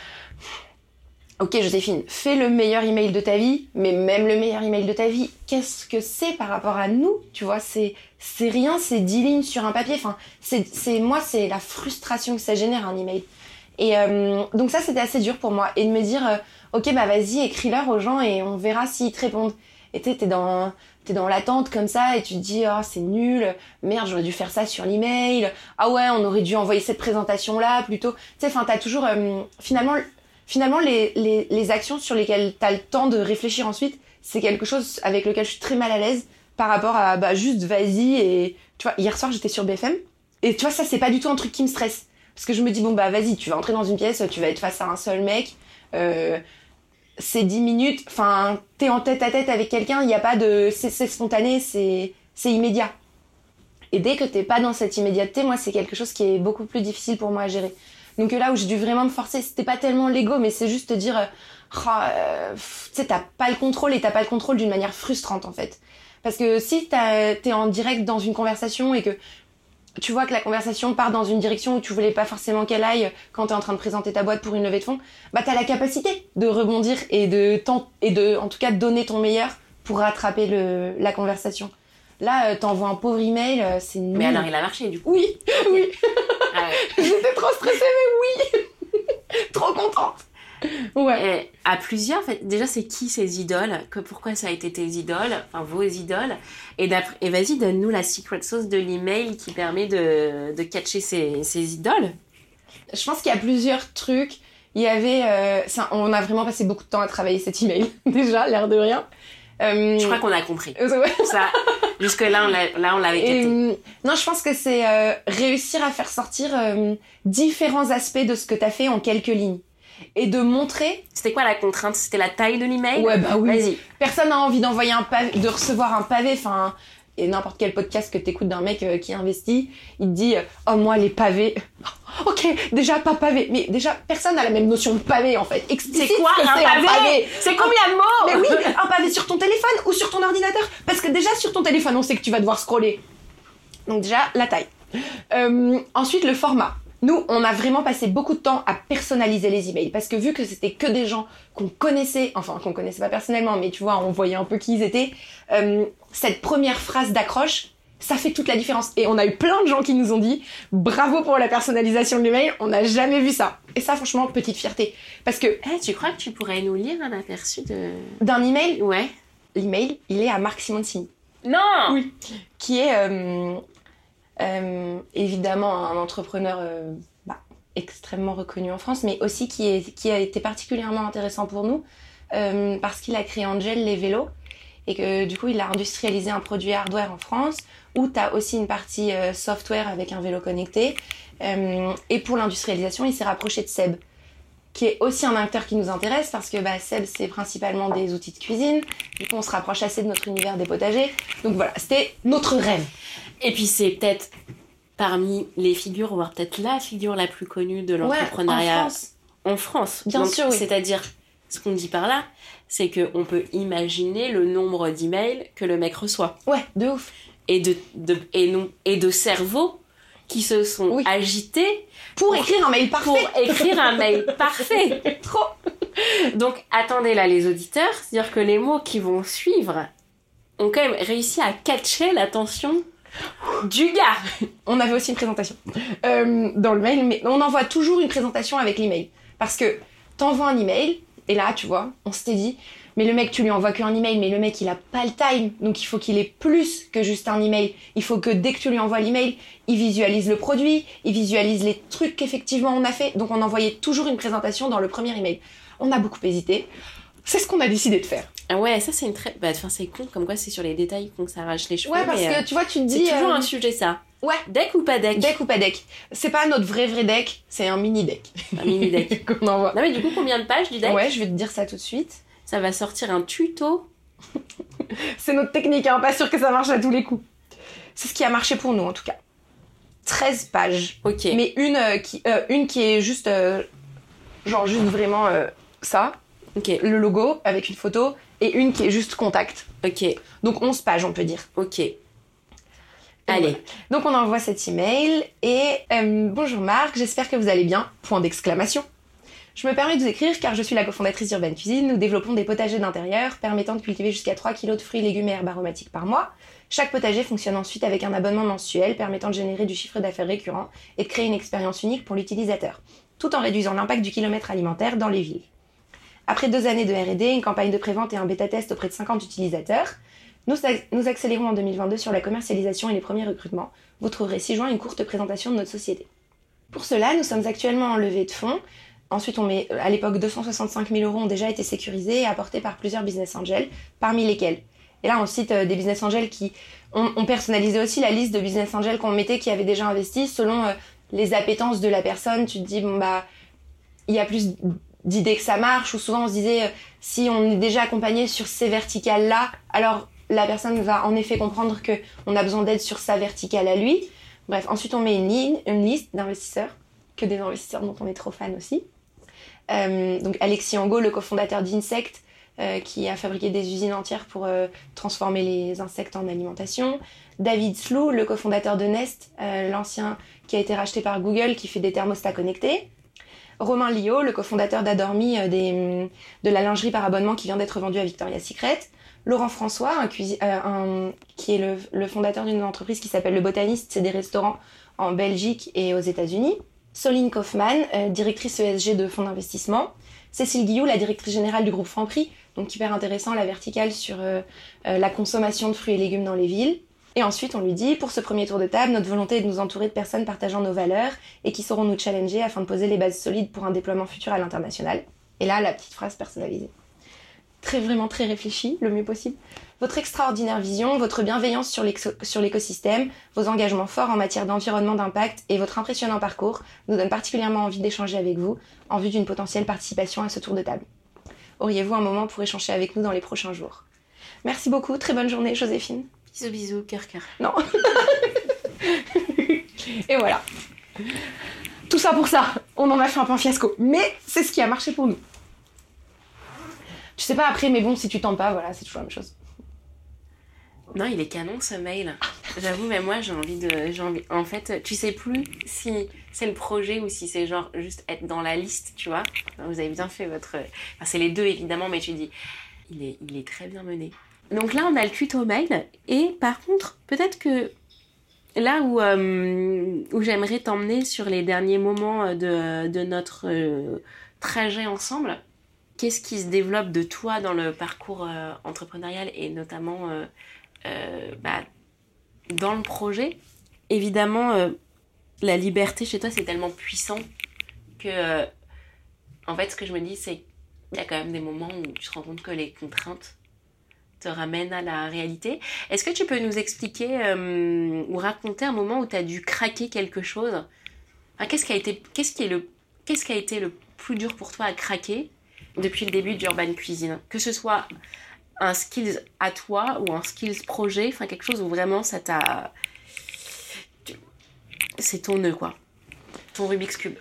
ok, Joséphine, fais le meilleur email de ta vie, mais même le meilleur email de ta vie, qu'est-ce que c'est par rapport à nous? Tu vois, c'est, c'est rien, c'est dix lignes sur un papier. Enfin, c'est, c'est, moi, c'est la frustration que ça génère, un email. Et euh, donc ça, c'était assez dur pour moi. Et de me dire, euh, ok, bah vas-y, écris-leur aux gens et on verra s'ils te répondent. Et tu sais, t'es dans, t'es dans l'attente comme ça et tu te dis, oh, c'est nul, merde, j'aurais dû faire ça sur l'email. Ah ouais, on aurait dû envoyer cette présentation-là plutôt. Tu sais, enfin, t'as toujours, euh, finalement... Finalement, les, les, les actions sur lesquelles tu as le temps de réfléchir ensuite, c'est quelque chose avec lequel je suis très mal à l'aise par rapport à bah, juste vas-y. Et tu vois, hier soir, j'étais sur B F M. Et tu vois, ça, c'est pas du tout un truc qui me stresse. Parce que je me dis, bon, bah vas-y, tu vas entrer dans une pièce, tu vas être face à un seul mec. Euh, c'est dix minutes. Enfin, t'es en tête à tête avec quelqu'un, il n'y a pas de... C'est, c'est spontané, c'est, c'est immédiat. Et dès que t'es pas dans cette immédiateté, moi, c'est quelque chose qui est beaucoup plus difficile pour moi à gérer. Donc là où j'ai dû vraiment me forcer, c'était pas tellement l'ego, mais c'est juste te dire, euh, oh, euh, tu sais, t'as pas le contrôle et t'as pas le contrôle d'une manière frustrante en fait. Parce que si t'as, t'es en direct dans une conversation et que tu vois que la conversation part dans une direction où tu voulais pas forcément qu'elle aille quand t'es en train de présenter ta boîte pour une levée de fonds, bah t'as la capacité de rebondir et de, et de en tout cas donner ton meilleur pour rattraper le, la conversation. Là, euh, t'envoies un pauvre email, euh, c'est nul. Mais alors, il a marché, du coup. Oui, oui. Ah ouais. J'étais trop stressée, mais oui. Trop contente. Ouais. Et à plusieurs, en fait, déjà, c'est qui ces idoles? Que, pourquoi ça a été tes idoles? Enfin, vos idoles. Et, d'après, et vas-y, donne-nous la secret sauce de l'email qui permet de, de catcher ces, ces idoles. Je pense qu'il y a plusieurs trucs. Il y avait... Euh, ça, on a vraiment passé beaucoup de temps à travailler cet email, déjà, l'air de rien. Euh, je crois qu'on a compris. Euh, ouais. Ça, jusque là, on l'a, là, on l'avait capté. Euh, non, je pense que c'est euh, réussir à faire sortir euh, différents aspects de ce que t'as fait en quelques lignes. Et de montrer... C'était quoi la contrainte? C'était la taille de l'email? Ouais, bah oui. Vas-y. Personne n'a envie d'envoyer un pavé, de recevoir un pavé, enfin... Et n'importe quel podcast que t'écoutes d'un mec euh, qui investit, il te dit « Oh, moi, les pavés... » Ok, déjà, pas pavé. Mais déjà, personne n'a la même notion de pavé, en fait. Explicite c'est quoi que un c'est pavé, un pavé. C'est combien de mots? Mais oui, un pavé sur ton téléphone ou sur ton ordinateur. Parce que déjà, sur ton téléphone, on sait que tu vas devoir scroller. Donc déjà, la taille. Euh, ensuite, le format. Nous, on a vraiment passé beaucoup de temps à personnaliser les emails. Parce que vu que c'était que des gens qu'on connaissait, enfin, qu'on connaissait pas personnellement, mais tu vois, on voyait un peu qui ils étaient, euh, cette première phrase d'accroche, ça fait toute la différence. Et on a eu plein de gens qui nous ont dit « Bravo pour la personnalisation de l'email, on n'a jamais vu ça. » Et ça, franchement, petite fierté. Parce que... Hey, tu crois que tu pourrais nous lire un aperçu de... d'un email? Ouais. L'email, il est à Marc Simoncini. Non! Oui. Qui est euh, euh, évidemment un entrepreneur euh, bah, extrêmement reconnu en France, mais aussi qui, est, qui a été particulièrement intéressant pour nous euh, parce qu'il a créé Angel les vélos et que du coup, il a industrialisé un produit hardware en France où tu as aussi une partie euh, software avec un vélo connecté. Euh, et pour l'industrialisation, il s'est rapproché de Seb, qui est aussi un acteur qui nous intéresse parce que bah, Seb, c'est principalement des outils de cuisine. Du coup, on se rapproche assez de notre univers des potagers. Donc voilà, c'était notre rêve. Et puis, c'est peut-être parmi les figures, voire peut-être la figure la plus connue de l'entrepreneuriat ouais, en France. En France. Bien Donc, sûr, oui. C'est-à-dire Ce qu'on dit par là, c'est qu'on peut imaginer le nombre d'emails que le mec reçoit. Ouais, de ouf. Et de, de, et non, et de cerveaux qui se sont oui. agités pour, pour écrire un mail parfait. Pour écrire un mail parfait. Trop. Donc, attendez là les auditeurs, c'est-à-dire que les mots qui vont suivre ont quand même réussi à catcher l'attention du gars. On avait aussi une présentation euh, dans le mail, mais on envoie toujours une présentation avec l'email. Parce que t'envoies un email, et là, tu vois, on s'était dit, mais le mec, tu lui envoies qu'un email, mais le mec, il a pas le time, donc il faut qu'il ait plus que juste un email. Il faut que dès que tu lui envoies l'email, il visualise le produit, il visualise les trucs qu'effectivement on a fait. Donc on envoyait toujours une présentation dans le premier email. On a beaucoup hésité. C'est ce qu'on a décidé de faire. Ah ouais, ça c'est une très... Bah, enfin, c'est con, comme quoi c'est sur les détails qu'on s'arrache les cheveux. Ouais, parce mais, que euh, tu vois, tu te dis... C'est toujours euh... un sujet, ça. Ouais. Deck ou pas deck? Deck ou pas deck. C'est pas notre vrai vrai deck, c'est un mini deck. Un mini deck. qu'on envoie. Non mais du coup, combien de pages du deck? Ouais, je vais te dire ça tout de suite. Ça va sortir un tuto. C'est notre technique, hein, pas sûr que ça marche à tous les coups. C'est ce qui a marché pour nous, en tout cas. treize pages. Ok. Mais une, euh, qui, euh, une qui est juste... Euh, genre juste vraiment euh, ça. Ok. Le logo avec une photo. Et une qui est juste contact. Ok. Donc onze pages, on peut dire. Ok. Et allez. Voilà. Donc on envoie cet email. Et euh, bonjour Marc, j'espère que vous allez bien. Point d'exclamation. Je me permets de vous écrire car je suis la cofondatrice d'Urban Cuisine. Nous développons des potagers d'intérieur permettant de cultiver jusqu'à trois kilos de fruits, légumes et herbes aromatiques par mois. Chaque potager fonctionne ensuite avec un abonnement mensuel permettant de générer du chiffre d'affaires récurrent et de créer une expérience unique pour l'utilisateur, tout en réduisant l'impact du kilomètre alimentaire dans les villes. Après deux années de R et D, une campagne de prévente et un bêta-test auprès de cinquante utilisateurs, nous, nous accélérons en deux mille vingt-deux sur la commercialisation et les premiers recrutements. Vous trouverez ci-joint une courte présentation de notre société. Pour cela, nous sommes actuellement en levée de fonds. Ensuite, on met, à l'époque, deux cent soixante-cinq mille euros ont déjà été sécurisés et apportés par plusieurs business angels, parmi lesquels. Et là, on cite euh, des business angels qui ont, ont personnalisé aussi la liste de business angels qu'on mettait qui avaient déjà investi selon euh, les appétences de la personne. Tu te dis, bon bah, il y a plus d'idées que ça marche, ou souvent on se disait, euh, si on est déjà accompagné sur ces verticales-là, alors la personne va en effet comprendre que on a besoin d'aide sur sa verticale à lui. Bref, ensuite on met une, ligne, une liste d'investisseurs, que des investisseurs dont on est trop fan aussi. Euh, donc Alexis Angot, le cofondateur d'Insect, euh, qui a fabriqué des usines entières pour euh, transformer les insectes en alimentation. David Slou, le cofondateur de Nest, euh, l'ancien qui a été racheté par Google, qui fait des thermostats connectés. Romain Liot, le cofondateur d'Adormi, euh, des, de la lingerie par abonnement qui vient d'être vendue à Victoria's Secret. Laurent François, un cuisi- euh, un, qui est le, le fondateur d'une entreprise qui s'appelle Le Botaniste, c'est des restaurants en Belgique et aux États-Unis. Soline Kaufmann, euh, directrice E S G de fonds d'investissement. Cécile Guillou, la directrice générale du groupe Franprix, donc hyper intéressant, la verticale sur euh, euh, la consommation de fruits et légumes dans les villes. Et ensuite, on lui dit, pour ce premier tour de table, notre volonté est de nous entourer de personnes partageant nos valeurs et qui sauront nous challenger afin de poser les bases solides pour un déploiement futur à l'international. Et là, la petite phrase personnalisée. Très, vraiment très réfléchie, le mieux possible. Votre extraordinaire vision, votre bienveillance sur, sur l'écosystème, vos engagements forts en matière d'environnement d'impact et votre impressionnant parcours nous donnent particulièrement envie d'échanger avec vous en vue d'une potentielle participation à ce tour de table. Auriez-vous un moment pour échanger avec nous dans les prochains jours? Merci beaucoup, très bonne journée Joséphine. Bisous bisous, cœur cœur. Non. Et voilà. Tout ça pour ça, on en a fait un peu un fiasco. Mais c'est ce qui a marché pour nous. Je sais pas après, mais bon, si tu tentes pas, voilà, c'est toujours la même chose. Non, il est canon ce mail. J'avoue, mais moi j'ai envie de. J'ai envie... En fait, tu sais plus si c'est le projet ou si c'est genre juste être dans la liste, tu vois. Vous avez bien fait votre. Enfin, c'est les deux évidemment, mais tu dis, il est, il est très bien mené. Donc là, on a le tuto mail. Et par contre, peut-être que là où, euh, où j'aimerais t'emmener sur les derniers moments de, de notre euh, trajet ensemble, qu'est-ce qui se développe de toi dans le parcours euh, entrepreneurial et notamment euh, euh, bah, dans le projet. Évidemment, euh, la liberté chez toi, c'est tellement puissant que, euh, en fait, ce que je me dis, c'est qu'il y a quand même des moments où tu te rends compte que les contraintes te ramènent à la réalité. Est-ce que tu peux nous expliquer euh, ou raconter un moment où tu as dû craquer quelque chose? Enfin, qu'est-ce qui a été, qu'est-ce qui est le, qu'est-ce qui a été le plus dur pour toi à craquer depuis le début d'Urban Cuisine? Que ce soit un skills à toi ou un skills projet, enfin quelque chose où vraiment ça t'a... C'est ton nœud, quoi. Ton Rubik's Cube.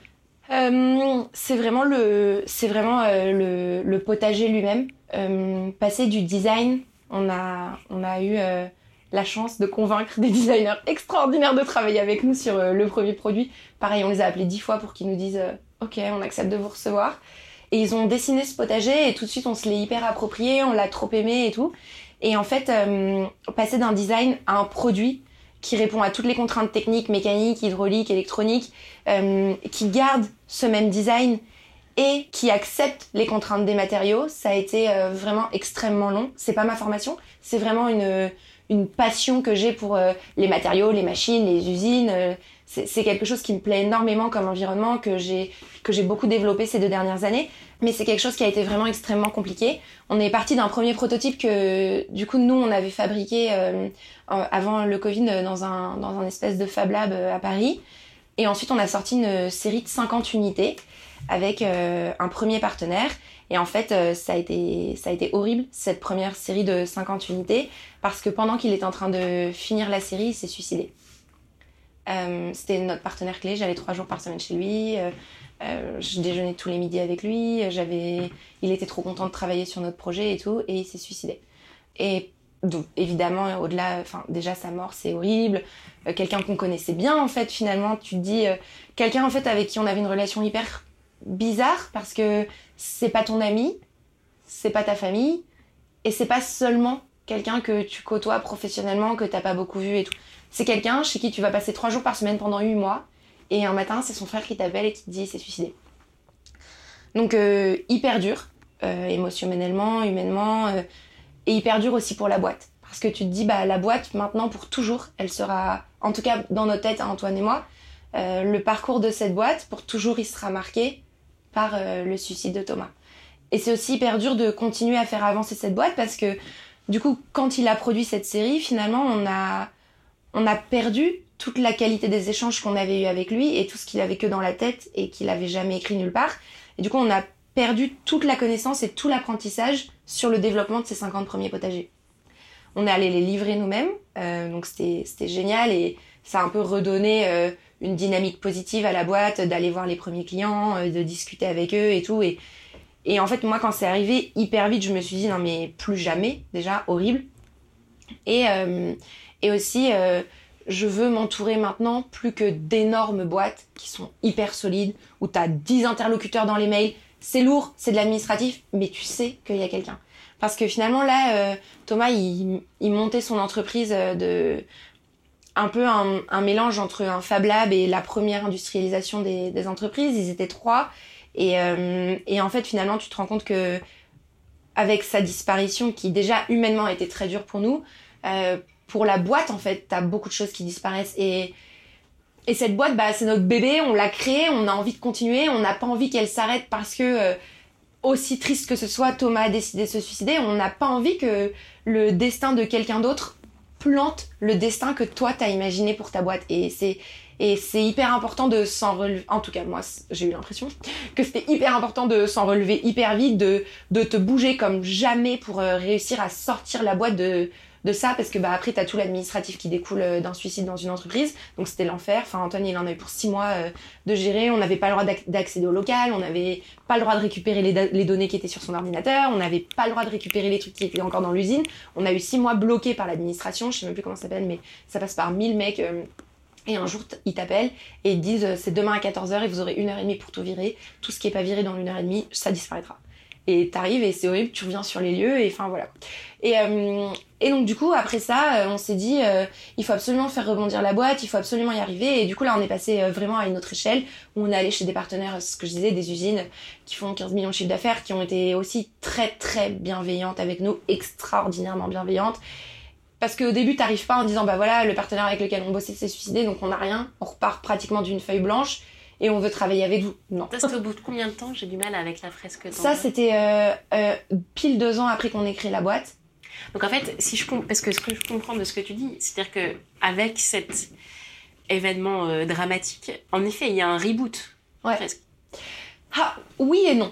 Euh, c'est vraiment le, c'est vraiment euh, le, le potager lui-même. Euh, passer du design, on a, on a eu euh, la chance de convaincre des designers extraordinaires de travailler avec nous sur euh, le premier produit. Pareil, on les a appelés dix fois pour qu'ils nous disent euh, « Ok, on accepte de vous recevoir ». Et ils ont dessiné ce potager et tout de suite, on se l'est hyper approprié, on l'a trop aimé et tout. Et en fait, euh, passer d'un design à un produit qui répond à toutes les contraintes techniques, mécaniques, hydrauliques, électroniques, euh, qui garde ce même design et qui accepte les contraintes des matériaux, ça a été euh, vraiment extrêmement long. C'est pas ma formation, c'est vraiment une, une passion que j'ai pour euh, les matériaux, les machines, les usines. Euh, c'est, c'est quelque chose qui me plaît énormément comme environnement, que j'ai, que j'ai beaucoup développé ces deux dernières années. Mais c'est quelque chose qui a été vraiment extrêmement compliqué. On est parti d'un premier prototype que, du coup, nous, on avait fabriqué euh, avant le Covid dans un, dans un espèce de Fab Lab à Paris. Et ensuite, on a sorti une série de cinquante unités avec euh, un premier partenaire. Et en fait, euh, ça a été, ça a été horrible, cette première série de cinquante unités, parce que pendant qu'il était en train de finir la série, il s'est suicidé. Euh, c'était notre partenaire clé, j'allais trois jours par semaine chez lui, euh, euh, je déjeunais tous les midis avec lui, j'avais... il était trop content de travailler sur notre projet et tout, et il s'est suicidé. Et donc, évidemment, au-delà, enfin, déjà sa mort, c'est horrible, euh, quelqu'un qu'on connaissait bien, en fait, finalement, tu te dis, euh, quelqu'un, en fait, avec qui on avait une relation hyper bizarre, parce que c'est pas ton ami, c'est pas ta famille, et c'est pas seulement quelqu'un que tu côtoies professionnellement, que t'as pas beaucoup vu et tout. C'est quelqu'un chez qui tu vas passer trois jours par semaine pendant huit mois, et un matin, c'est son frère qui t'appelle et qui te dit « c'est suicidé ». Donc, euh, hyper dur, euh, émotionnellement, humainement, euh, et hyper dur aussi pour la boîte. Parce que tu te dis, bah la boîte, maintenant, pour toujours, elle sera, en tout cas dans nos têtes, hein, Antoine et moi, euh, le parcours de cette boîte, pour toujours, il sera marqué par euh, le suicide de Thomas. Et c'est aussi hyper dur de continuer à faire avancer cette boîte parce que, du coup, quand il a produit cette série, finalement, on a... on a perdu toute la qualité des échanges qu'on avait eu avec lui et tout ce qu'il avait que dans la tête et qu'il avait jamais écrit nulle part. Et du coup, on a perdu toute la connaissance et tout l'apprentissage sur le développement de ces cinquante premiers potagers. On est allé les livrer nous-mêmes, euh, donc c'était, c'était génial et ça a un peu redonné euh, une dynamique positive à la boîte, d'aller voir les premiers clients, euh, de discuter avec eux et tout. Et, et en fait, moi, quand c'est arrivé hyper vite, je me suis dit non mais plus jamais, déjà, horrible. Et... Euh, Et aussi, euh, je veux m'entourer maintenant plus que d'énormes boîtes qui sont hyper solides, où tu as dix interlocuteurs dans les mails. C'est lourd, c'est de l'administratif, mais tu sais qu'il y a quelqu'un. Parce que finalement, là, euh, Thomas, il, il montait son entreprise de... un peu un, un mélange entre un Fab Lab et la première industrialisation des, des entreprises. Ils étaient trois. Et, euh, et en fait, finalement, tu te rends compte que avec sa disparition, qui déjà humainement était très dure pour nous, euh, pour la boîte, en fait, t'as beaucoup de choses qui disparaissent. Et, et cette boîte, bah, c'est notre bébé, on l'a créée, on a envie de continuer, on n'a pas envie qu'elle s'arrête parce que, euh, aussi triste que ce soit, Thomas a décidé de se suicider, on n'a pas envie que le destin de quelqu'un d'autre plante le destin que toi, t'as imaginé pour ta boîte. Et c'est, et c'est hyper important de s'en relever. En tout cas, moi, j'ai eu l'impression que c'était hyper important de s'en relever hyper vite, de, de te bouger comme jamais pour euh, réussir à sortir la boîte de... de ça, parce que bah après t'as tout l'administratif qui découle d'un suicide dans une entreprise, donc c'était l'enfer. Enfin, Antoine, il en avait pour six mois euh, de gérer, on n'avait pas le droit d'accéder au local, on n'avait pas le droit de récupérer les, les données qui étaient sur son ordinateur, on n'avait pas le droit de récupérer les trucs qui étaient encore dans l'usine. On a eu six mois bloqués par l'administration, je sais même plus comment ça s'appelle, mais ça passe par mille mecs, euh, et un jour ils t'appellent et ils disent c'est demain à quatorze heures et vous aurez une heure et demie pour tout virer, tout ce qui est pas viré dans une heure et demie, ça disparaîtra. Et t'arrives et c'est horrible, tu reviens sur les lieux et enfin voilà. Et, euh, et donc du coup après ça euh, on s'est dit euh, il faut absolument faire rebondir la boîte, il faut absolument y arriver. Et du coup là on est passé euh, vraiment à une autre échelle où on est allé chez des partenaires, ce que je disais, des usines qui font quinze millions de chiffre d'affaires, qui ont été aussi très très bienveillantes avec nous, extraordinairement bienveillantes. Parce qu'au début t'arrives pas en disant bah voilà le partenaire avec lequel on bossait s'est suicidé donc on n'a rien, on repart pratiquement d'une feuille blanche et on veut travailler avec vous. Non. Ça, c'était au bout de combien de temps? J'ai du mal avec la fresque. Ça, c'était euh, euh, pile deux ans après qu'on ait créé la boîte. Donc en fait, si je comp... parce que ce que je comprends de ce que tu dis, c'est-à-dire que avec cet événement euh, dramatique, en effet, il y a un reboot. Ouais. Presque. Ah, oui et non.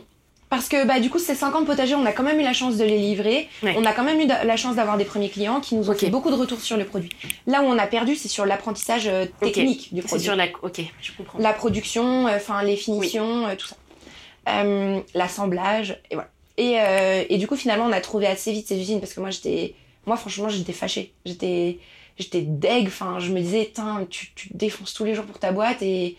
Parce que bah, du coup, ces cinquante potagers, on a quand même eu la chance de les livrer. Ouais. On a quand même eu la chance d'avoir des premiers clients qui nous ont Ok. fait beaucoup de retours sur le produit. Là où on a perdu, c'est sur l'apprentissage euh, technique du C'est produit. sur la... Ok, je comprends. La production, enfin les finitions, euh, tout ça. Euh, l'assemblage, et voilà. Et, euh, et du coup, finalement, on a trouvé assez vite ces usines parce que moi, j'étais... Moi, franchement, j'étais fâchée. J'étais... J'étais deg. Enfin, je me disais, tu, tu te défonces tous les jours pour ta boîte et...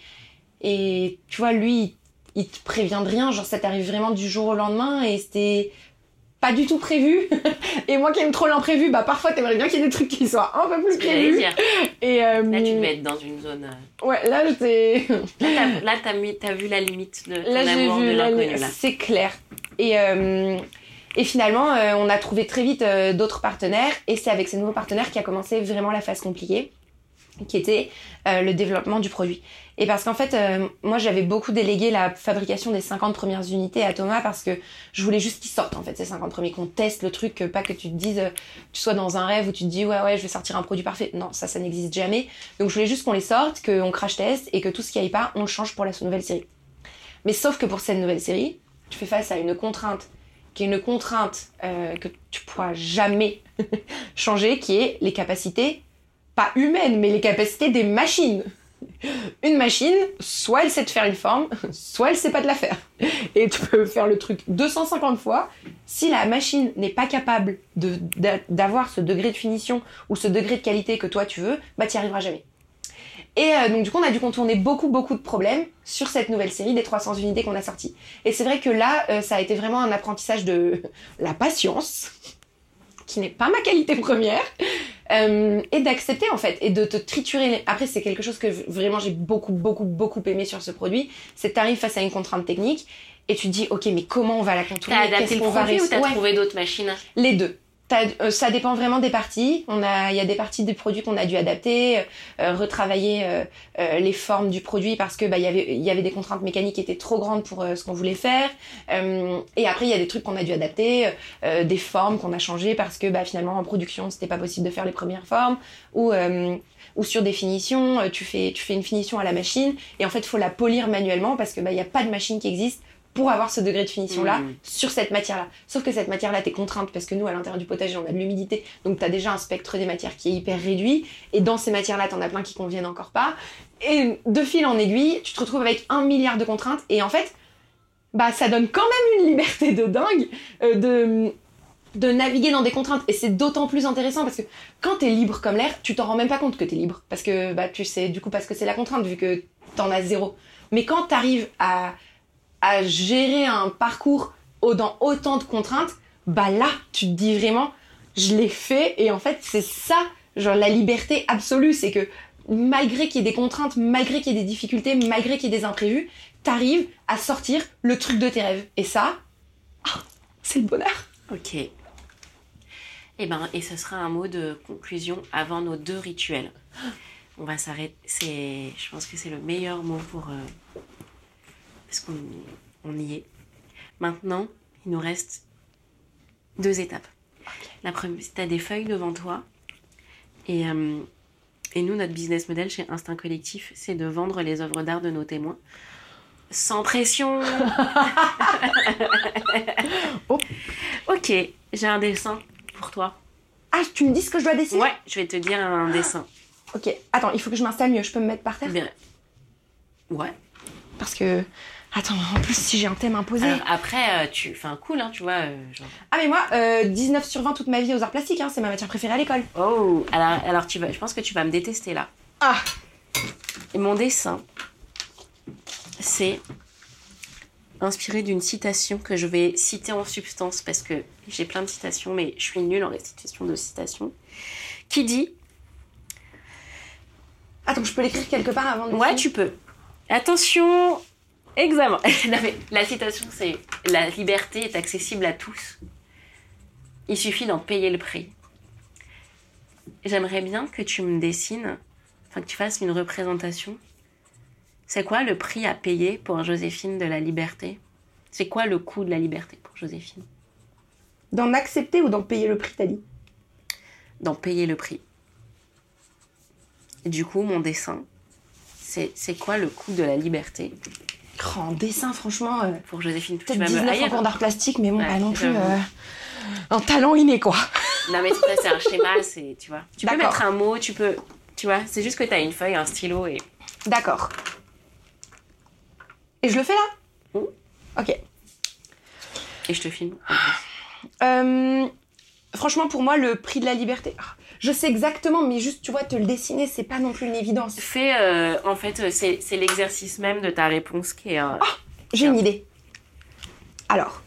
Et tu vois, lui... il te prévient de rien, genre ça t'arrive vraiment du jour au lendemain et c'était pas du tout prévu. Et moi qui aime trop l'imprévu, bah parfois t'aimerais bien qu'il y ait des trucs qui soient un peu plus prévus. Dire. Et euh, Là, tu devais être dans une zone... euh, ouais, là j'étais... Là, t'as, là, t'as, mis, t'as vu la limite de ton Là j'ai amour vu, de là, l'inconnu, là. c'est clair. Et, euh, et finalement, euh, on a trouvé très vite euh, d'autres partenaires et c'est avec ces nouveaux partenaires qu'a commencé vraiment la phase compliquée, qui était euh, le développement du produit. Et parce qu'en fait, euh, moi, j'avais beaucoup délégué la fabrication des cinquante premières unités à Thomas parce que je voulais juste qu'ils sortent, en fait, ces cinquante premiers, qu'on teste le truc, pas que tu te dises, euh, tu sois dans un rêve où tu te dis, ouais, ouais, je vais sortir un produit parfait. Non, ça, ça n'existe jamais. Donc, je voulais juste qu'on les sorte, qu'on crash test et que tout ce qui aille pas, on le change pour la nouvelle série. Mais sauf que pour cette nouvelle série, tu fais face à une contrainte qui est une contrainte euh, que tu pourras jamais changer, qui est les capacités, pas humaines, mais les capacités des machines. Une machine, soit elle sait te faire une forme, soit elle sait pas te la faire. Et tu peux faire le truc deux cent cinquante fois. Si la machine n'est pas capable de, d'avoir ce degré de finition ou ce degré de qualité que toi tu veux, bah t'y arriveras jamais. Et euh, donc du coup on a dû contourner beaucoup beaucoup de problèmes sur cette nouvelle série des trois cents unités qu'on a sorties. Et c'est vrai que là, euh, ça a été vraiment un apprentissage de la patience, qui n'est pas ma qualité première. Euh, et d'accepter en fait et de te triturer. Après c'est quelque chose que vraiment j'ai beaucoup beaucoup beaucoup aimé sur ce produit, c'est que t'arrives face à une contrainte technique et tu te dis ok mais comment on va la contourner, t'as adapté le produit ou t'as ouais. trouvé d'autres machines? Les deux. T'as, euh, ça dépend vraiment des parties. On a, il y a des parties du produit qu'on a dû adapter, euh, retravailler euh, euh, les formes du produit parce que bah il y avait, il y avait des contraintes mécaniques qui étaient trop grandes pour euh, ce qu'on voulait faire. Euh, et après il y a des trucs qu'on a dû adapter, euh, des formes qu'on a changées parce que bah finalement en production c'était pas possible de faire les premières formes ou euh, ou sur des finitions, tu fais, tu fais une finition à la machine et en fait il faut la polir manuellement parce que bah il y a pas de machine qui existe pour avoir ce degré de finition-là mmh. sur cette matière-là. Sauf que cette matière-là, t'es contrainte parce que nous, à l'intérieur du potager, on a de l'humidité. Donc t'as déjà un spectre des matières qui est hyper réduit. Et dans ces matières-là, t'en as plein qui conviennent encore pas. Et de fil en aiguille, tu te retrouves avec un milliard de contraintes. Et en fait, bah ça donne quand même une liberté de dingue euh, de... de naviguer dans des contraintes. Et c'est d'autant plus intéressant parce que quand t'es libre comme l'air, tu t'en rends même pas compte que t'es libre. Parce que, bah tu sais, du coup, parce que c'est la contrainte vu que t'en as zéro. Mais quand t'arrives à... à gérer un parcours dans autant de contraintes, bah là, tu te dis vraiment, je l'ai fait, et en fait, c'est ça, genre la liberté absolue, c'est que malgré qu'il y ait des contraintes, malgré qu'il y ait des difficultés, malgré qu'il y ait des imprévus, t'arrives à sortir le truc de tes rêves. Et ça, oh, c'est le bonheur. Ok. Eh ben, et ce sera un mot de conclusion avant nos deux rituels. On va s'arrêter, c'est, je pense que c'est le meilleur mot pour... Euh... parce qu'on on y est. Maintenant, il nous reste deux étapes. La première, tu as des feuilles devant toi. Et, euh, et nous, notre business model chez Instinct Collectif, c'est de vendre les œuvres d'art de nos témoins. Sans pression. Oh. Ok, j'ai un dessin pour toi. Ah, tu me dis ce que je dois dessiner? Ouais, je vais te dire un dessin. Ok, attends, il faut que je m'installe mieux. Je peux me mettre par terre? Bien. Ouais. Parce que... Attends, en plus, si j'ai un thème imposé... Alors, après, euh, tu fais un cool, hein, tu vois. Euh, genre... Ah, mais moi, euh, dix-neuf sur vingt toute ma vie aux arts plastiques, hein, c'est ma matière préférée à l'école. Oh, alors, alors tu vas, je pense que tu vas me détester, là. Ah. Et mon dessin, c'est inspiré d'une citation que je vais citer en substance, parce que j'ai plein de citations, mais je suis nulle en restitution de citations, qui dit... Attends, je peux l'écrire quelque part avant de... Ouais, tu peux. Attention... Examen. Non, mais la citation, c'est « La liberté est accessible à tous. Il suffit d'en payer le prix. » J'aimerais bien que tu me dessines, enfin que tu fasses une représentation. C'est quoi le prix à payer pour Joséphine de la liberté? C'est quoi le coût de la liberté pour Joséphine? D'en accepter ou d'en payer le prix, t'as dit? D'en payer le prix. Et du coup, mon dessin, c'est, c'est quoi le coût de la liberté Oh, en dessin, franchement, euh, Pour Joséphine, tu peut-être vas me dix-neuf en haïr. cours d'art plastique, mais bon, Ouais, pas non plus j'avoue. euh, un talent inné, quoi. Non, mais c'est c'est un schéma, c'est, tu vois. Tu peux D'accord. mettre un mot, tu peux... Tu vois, c'est juste que t'as une feuille, un stylo et... D'accord. Et je le fais là Oui. Ok. Et je te filme. en plus. Euh, franchement, pour moi, le prix de la liberté... ah, je sais exactement, mais juste, tu vois, te le dessiner, c'est pas non plus une évidence. Fais, euh, en fait, euh, c'est, c'est l'exercice même de ta réponse qui est... euh, J'ai une idée. Alors.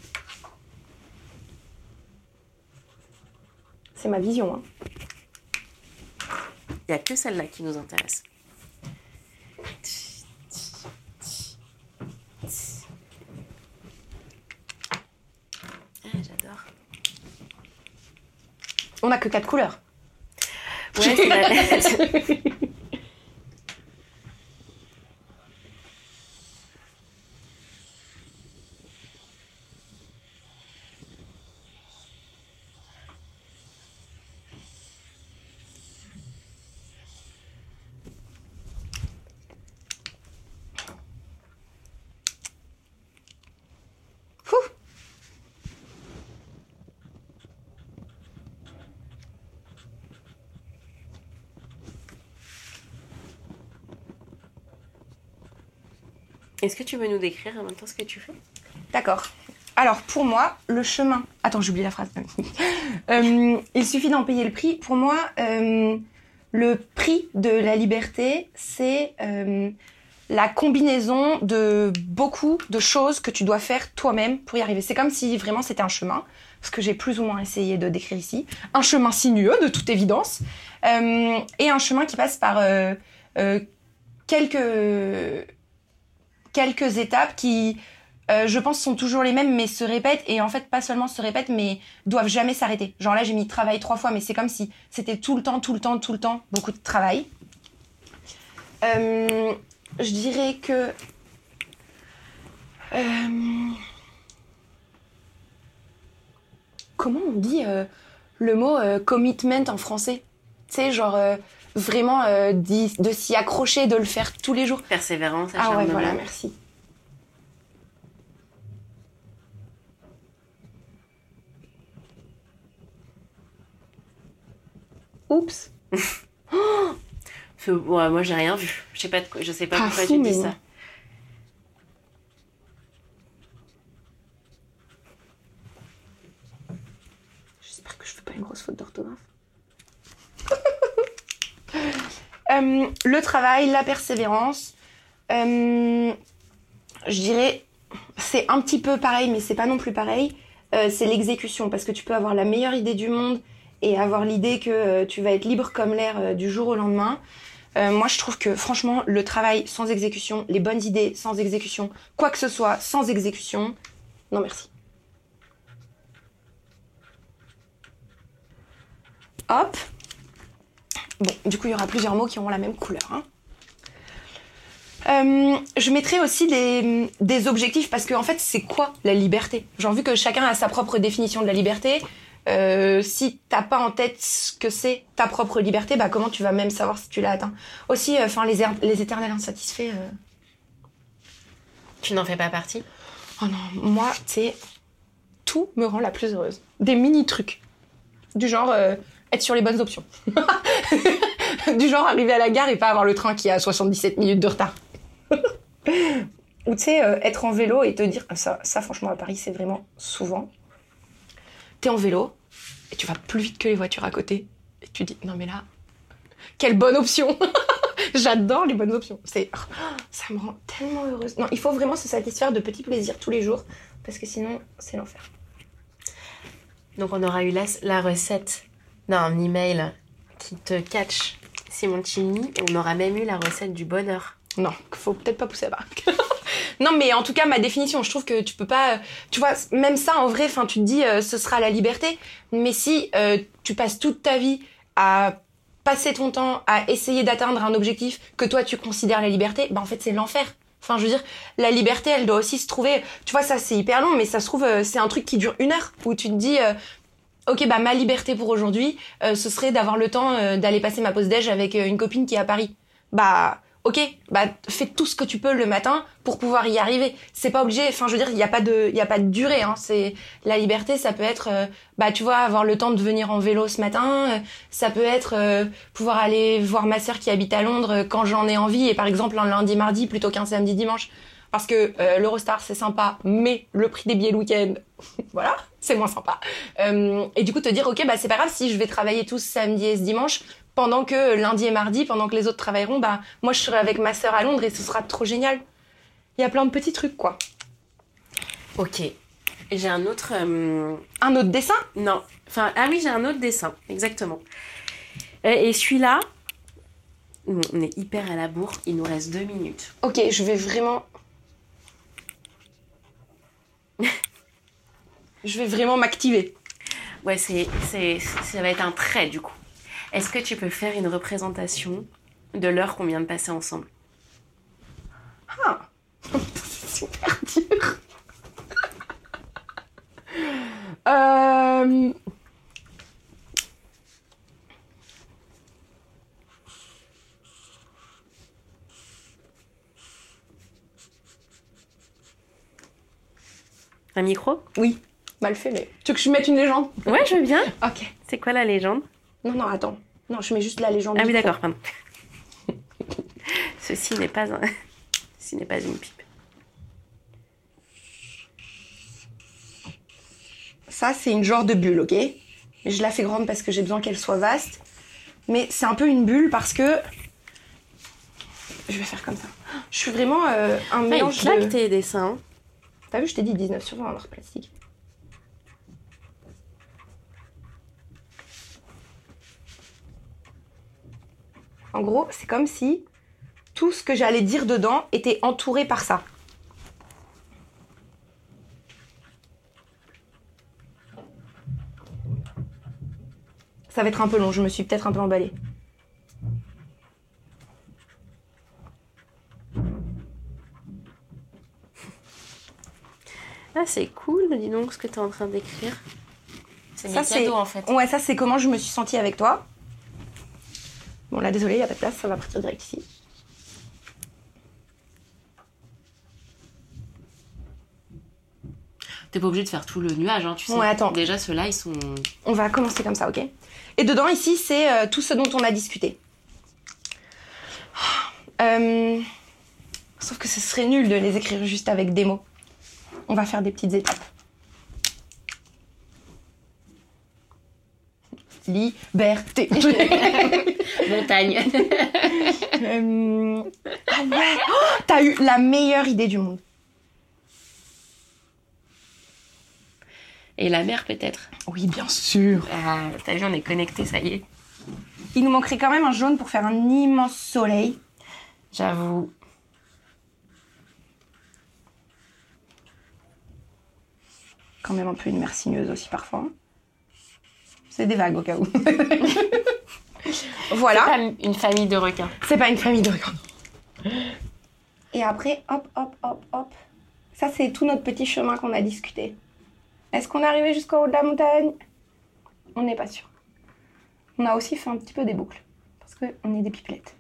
C'est ma vision, hein. Il n'y a que celle-là qui nous intéresse. Ah, j'adore. On a que quatre couleurs. Ouais, c'est la... Fou. Est-ce que tu veux nous décrire en même temps ce que tu fais? D'accord. Alors, pour moi, le chemin... Attends, j'oublie la phrase. Euh, il suffit d'en payer le prix. Pour moi, euh, le prix de la liberté, c'est euh, la combinaison de beaucoup de choses que tu dois faire toi-même pour y arriver. C'est comme si vraiment c'était un chemin, ce que j'ai plus ou moins essayé de décrire ici. Un chemin sinueux, de toute évidence, euh, et un chemin qui passe par euh, euh, quelques... quelques étapes qui, euh, je pense, sont toujours les mêmes, mais se répètent. Et en fait, pas seulement se répètent, mais doivent jamais s'arrêter. Genre là, j'ai mis travail trois fois, mais c'est comme si c'était tout le temps, tout le temps, tout le temps, beaucoup de travail. Euh, je dirais que... Euh, comment on dit euh, le mot euh, commitment en français? Tu sais, genre... euh, vraiment euh, d'y- de s'y accrocher, de le faire tous les jours. Persévérance, Ah ouais, acharnement. voilà, merci. Oups. Parce que, ouais, moi, j'ai rien vu. Je sais pas, de quoi- je sais pas Pas pourquoi fou, tu mais dis bon. ça. J'espère que je fais pas une grosse faute d'orthographe. Euh, le travail, la persévérance. Euh, je dirais, c'est un petit peu pareil, mais c'est pas non plus pareil. Euh, c'est l'exécution, parce que tu peux avoir la meilleure idée du monde et avoir l'idée que euh, tu vas être libre comme l'air euh, du jour au lendemain. Euh, moi, je trouve que franchement, le travail sans exécution, les bonnes idées sans exécution, quoi que ce soit sans exécution, non merci. Hop. Bon, du coup, il y aura plusieurs mots qui auront la même couleur. Hein. Euh, je mettrai aussi des, des objectifs parce que en fait, c'est quoi la liberté? Genre, vu que chacun a sa propre définition de la liberté, euh, si t'as pas en tête ce que c'est ta propre liberté, bah comment tu vas même savoir si tu l'as atteint? Aussi, enfin, euh, les, er- les éternels insatisfaits. Euh... Tu n'en fais pas partie? Oh non, moi, tu sais, tout me rend la plus heureuse. Des mini trucs, du genre euh, être sur les bonnes options. Du genre arriver à la gare et pas avoir le train qui a soixante-dix-sept minutes de retard. Ou tu sais, euh, être en vélo et te dire, ça, ça franchement à Paris c'est vraiment souvent, t'es en vélo et tu vas plus vite que les voitures à côté et tu dis, non mais là, quelle bonne option. J'adore les bonnes options. C'est, oh, ça me rend tellement heureuse. Non, il faut vraiment se satisfaire de petits plaisirs tous les jours parce que sinon c'est l'enfer. Donc on aura eu la, la recette d'un email qui te catch Simoncini et on aura même eu la recette du bonheur. Non, faut peut-être pas pousser la barque. Non, mais en tout cas, ma définition, je trouve que tu peux pas... Tu vois, même ça, en vrai, tu te dis, euh, ce sera la liberté. Mais si euh, tu passes toute ta vie à passer ton temps à essayer d'atteindre un objectif que toi, tu considères la liberté, bah en fait, c'est l'enfer. Enfin, je veux dire, la liberté, elle doit aussi se trouver... Tu vois, ça, c'est hyper long, mais ça se trouve, euh, c'est un truc qui dure une heure, où tu te dis... Euh, ok, bah ma liberté pour aujourd'hui, euh, ce serait d'avoir le temps euh, d'aller passer ma pause déj avec euh, une copine qui est à Paris. Bah... ok, bah fais tout ce que tu peux le matin pour pouvoir y arriver. C'est pas obligé, enfin je veux dire, il y a pas de, il y a pas de durée. Hein. C'est la liberté, ça peut être, euh, bah tu vois, avoir le temps de venir en vélo ce matin. Euh, ça peut être euh, pouvoir aller voir ma sœur qui habite à Londres euh, quand j'en ai envie et par exemple un lundi mardi plutôt qu'un samedi dimanche. Parce que euh, l'Eurostar c'est sympa, mais le prix des billets le week-end, voilà, c'est moins sympa. Euh, et du coup te dire ok bah c'est pas grave si je vais travailler tous samedi et ce dimanche. Pendant que lundi et mardi, pendant que les autres travailleront, bah moi je serai avec ma sœur à Londres et ce sera trop génial. Il y a plein de petits trucs quoi. Ok. Et j'ai un autre... euh, Un autre dessin ? Non. Enfin, ah oui, j'ai un autre dessin, exactement. Et, et celui-là, bon, on est hyper à la bourre, il nous reste deux minutes. Ok, je vais vraiment... je vais vraiment m'activer. Ouais, c'est, c'est, ça va être un trait du coup. Est-ce que tu peux faire une représentation de l'heure qu'on vient de passer ensemble ? Ah, c'est super dur. euh... Un micro ? Oui, mal fait, mais... Tu veux que je mette une légende ? Ouais, je veux bien. Ok. C'est quoi la légende ? Non, non, attends. Non, je mets juste la légende. Ah oui, micro. d'accord, pardon. Ceci n'est pas un... Ceci n'est pas une pipe. Ça, c'est une genre de bulle, ok ? Mais je la fais grande parce que j'ai besoin qu'elle soit vaste. Mais c'est un peu une bulle parce que... Je vais faire comme ça. Je suis vraiment euh, un Ah, mélange il claque de... tes dessins. T'as vu, je t'ai dit dix-neuf sur vingt en art plastique. En gros, c'est comme si tout ce que j'allais dire dedans était entouré par ça. Ça va être un peu long, je me suis peut-être un peu emballée. Ah, c'est cool, dis donc, ce que tu es en train d'écrire. C'est mes Ça, c'est- cadeaux, en fait. Ouais, ça c'est comment je me suis sentie avec toi. Bon là, désolée, il n'y a pas de place, ça va partir direct ici. T'es pas obligé de faire tout le nuage, hein, tu sais. Ouais, attends. Déjà, ceux-là, ils sont... On va commencer comme ça, ok ? Et dedans, ici, c'est euh, tout ce dont on a discuté. Euh, Sauf que ce serait nul de les écrire juste avec des mots. On va faire des petites étapes. Liberté. Montagne. Euh, Ah ouais, oh, t'as eu la meilleure idée du monde. Et la mer, peut-être. Oui, bien sûr. Ah, t'as vu, on est connectés, ça y est. Il nous manquerait quand même un jaune pour faire un immense soleil. J'avoue. Quand même un peu une mer sinueuse aussi parfois. C'est des vagues au cas où. Voilà. C'est pas une famille de requins. C'est pas une famille de requins. Et après, hop, hop, hop, hop. Ça, c'est tout notre petit chemin qu'on a discuté. Est-ce qu'on est arrivé jusqu'en haut de la montagne ? On n'est pas sûr. On a aussi fait un petit peu des boucles. Parce qu'on est des pipelettes.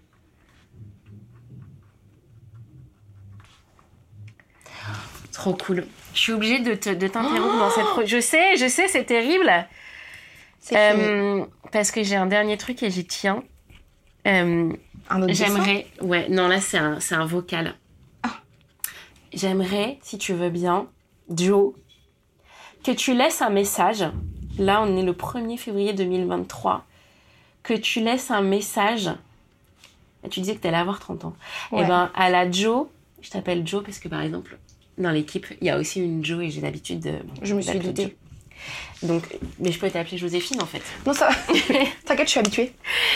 Trop cool. Je suis obligée de, te, de t'interrompre dans cette... Pro... Je sais, je sais, c'est terrible. C'est Euh, parce que j'ai un dernier truc et j'y tiens. Euh, un autre dessin. J'aimerais... Ouais, non, là, c'est un, c'est un vocal. Ah. J'aimerais, si tu veux bien, Joe, que tu laisses un message. Là, on est le premier février deux mille vingt-trois. Que tu laisses un message. Et tu disais que tu allais avoir trente ans. Ouais. Et ben, à la Joe, je t'appelle Joe parce que, par exemple, dans l'équipe, il y a aussi une Joe et j'ai l'habitude de... Je me suis d'appeler doutée. Joe. Donc, mais je peux t'appeler Joséphine, en fait. Non, ça va. T'inquiète, je suis habituée.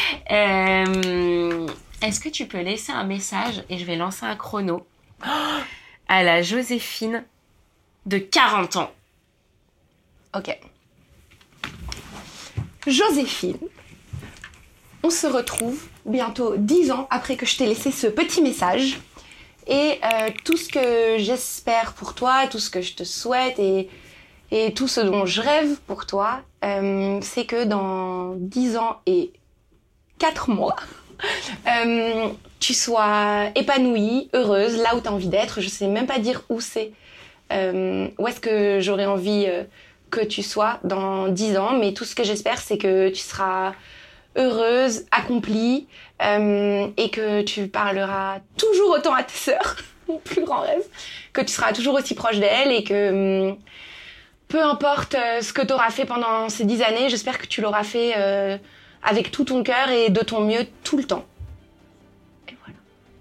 Euh, est-ce que tu peux laisser un message et je vais lancer un chrono à la Joséphine de quarante ans. Ok. Joséphine, on se retrouve bientôt dix ans après que je t'ai laissé ce petit message. Et euh, tout ce que j'espère pour toi, tout ce que je te souhaite et, et tout ce dont je rêve pour toi, euh, c'est que dans dix ans et quatre mois, euh, tu sois épanouie, heureuse, là où tu as envie d'être. Je sais même pas dire où c'est. Euh, où est-ce que j'aurais envie euh, que tu sois dans dix ans. Mais tout ce que j'espère, c'est que tu seras heureuse, accomplie euh, et que tu parleras toujours autant à tes sœurs, mon plus grand rêve, que tu seras toujours aussi proche d'elles et que... Hum, peu importe ce que tu auras fait pendant ces dix années, j'espère que tu l'auras fait euh, avec tout ton cœur et de ton mieux tout le temps. Et voilà.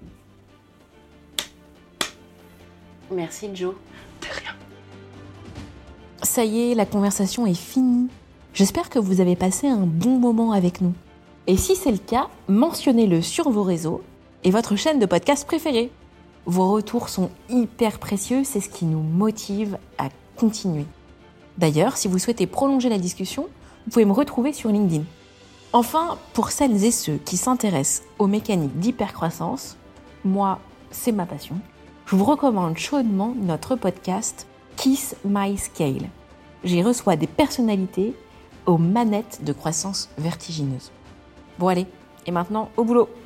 Merci Jo. De rien. Ça y est, la conversation est finie. J'espère que vous avez passé un bon moment avec nous. Et si c'est le cas, mentionnez-le sur vos réseaux et votre chaîne de podcast préférée. Vos retours sont hyper précieux, c'est ce qui nous motive à continuer. D'ailleurs, si vous souhaitez prolonger la discussion, vous pouvez me retrouver sur LinkedIn. Enfin, pour celles et ceux qui s'intéressent aux mécaniques d'hypercroissance, moi, c'est ma passion, je vous recommande chaudement notre podcast Kiss My Scale. J'y reçois des personnalités aux manettes de croissance vertigineuse. Bon allez, et maintenant au boulot!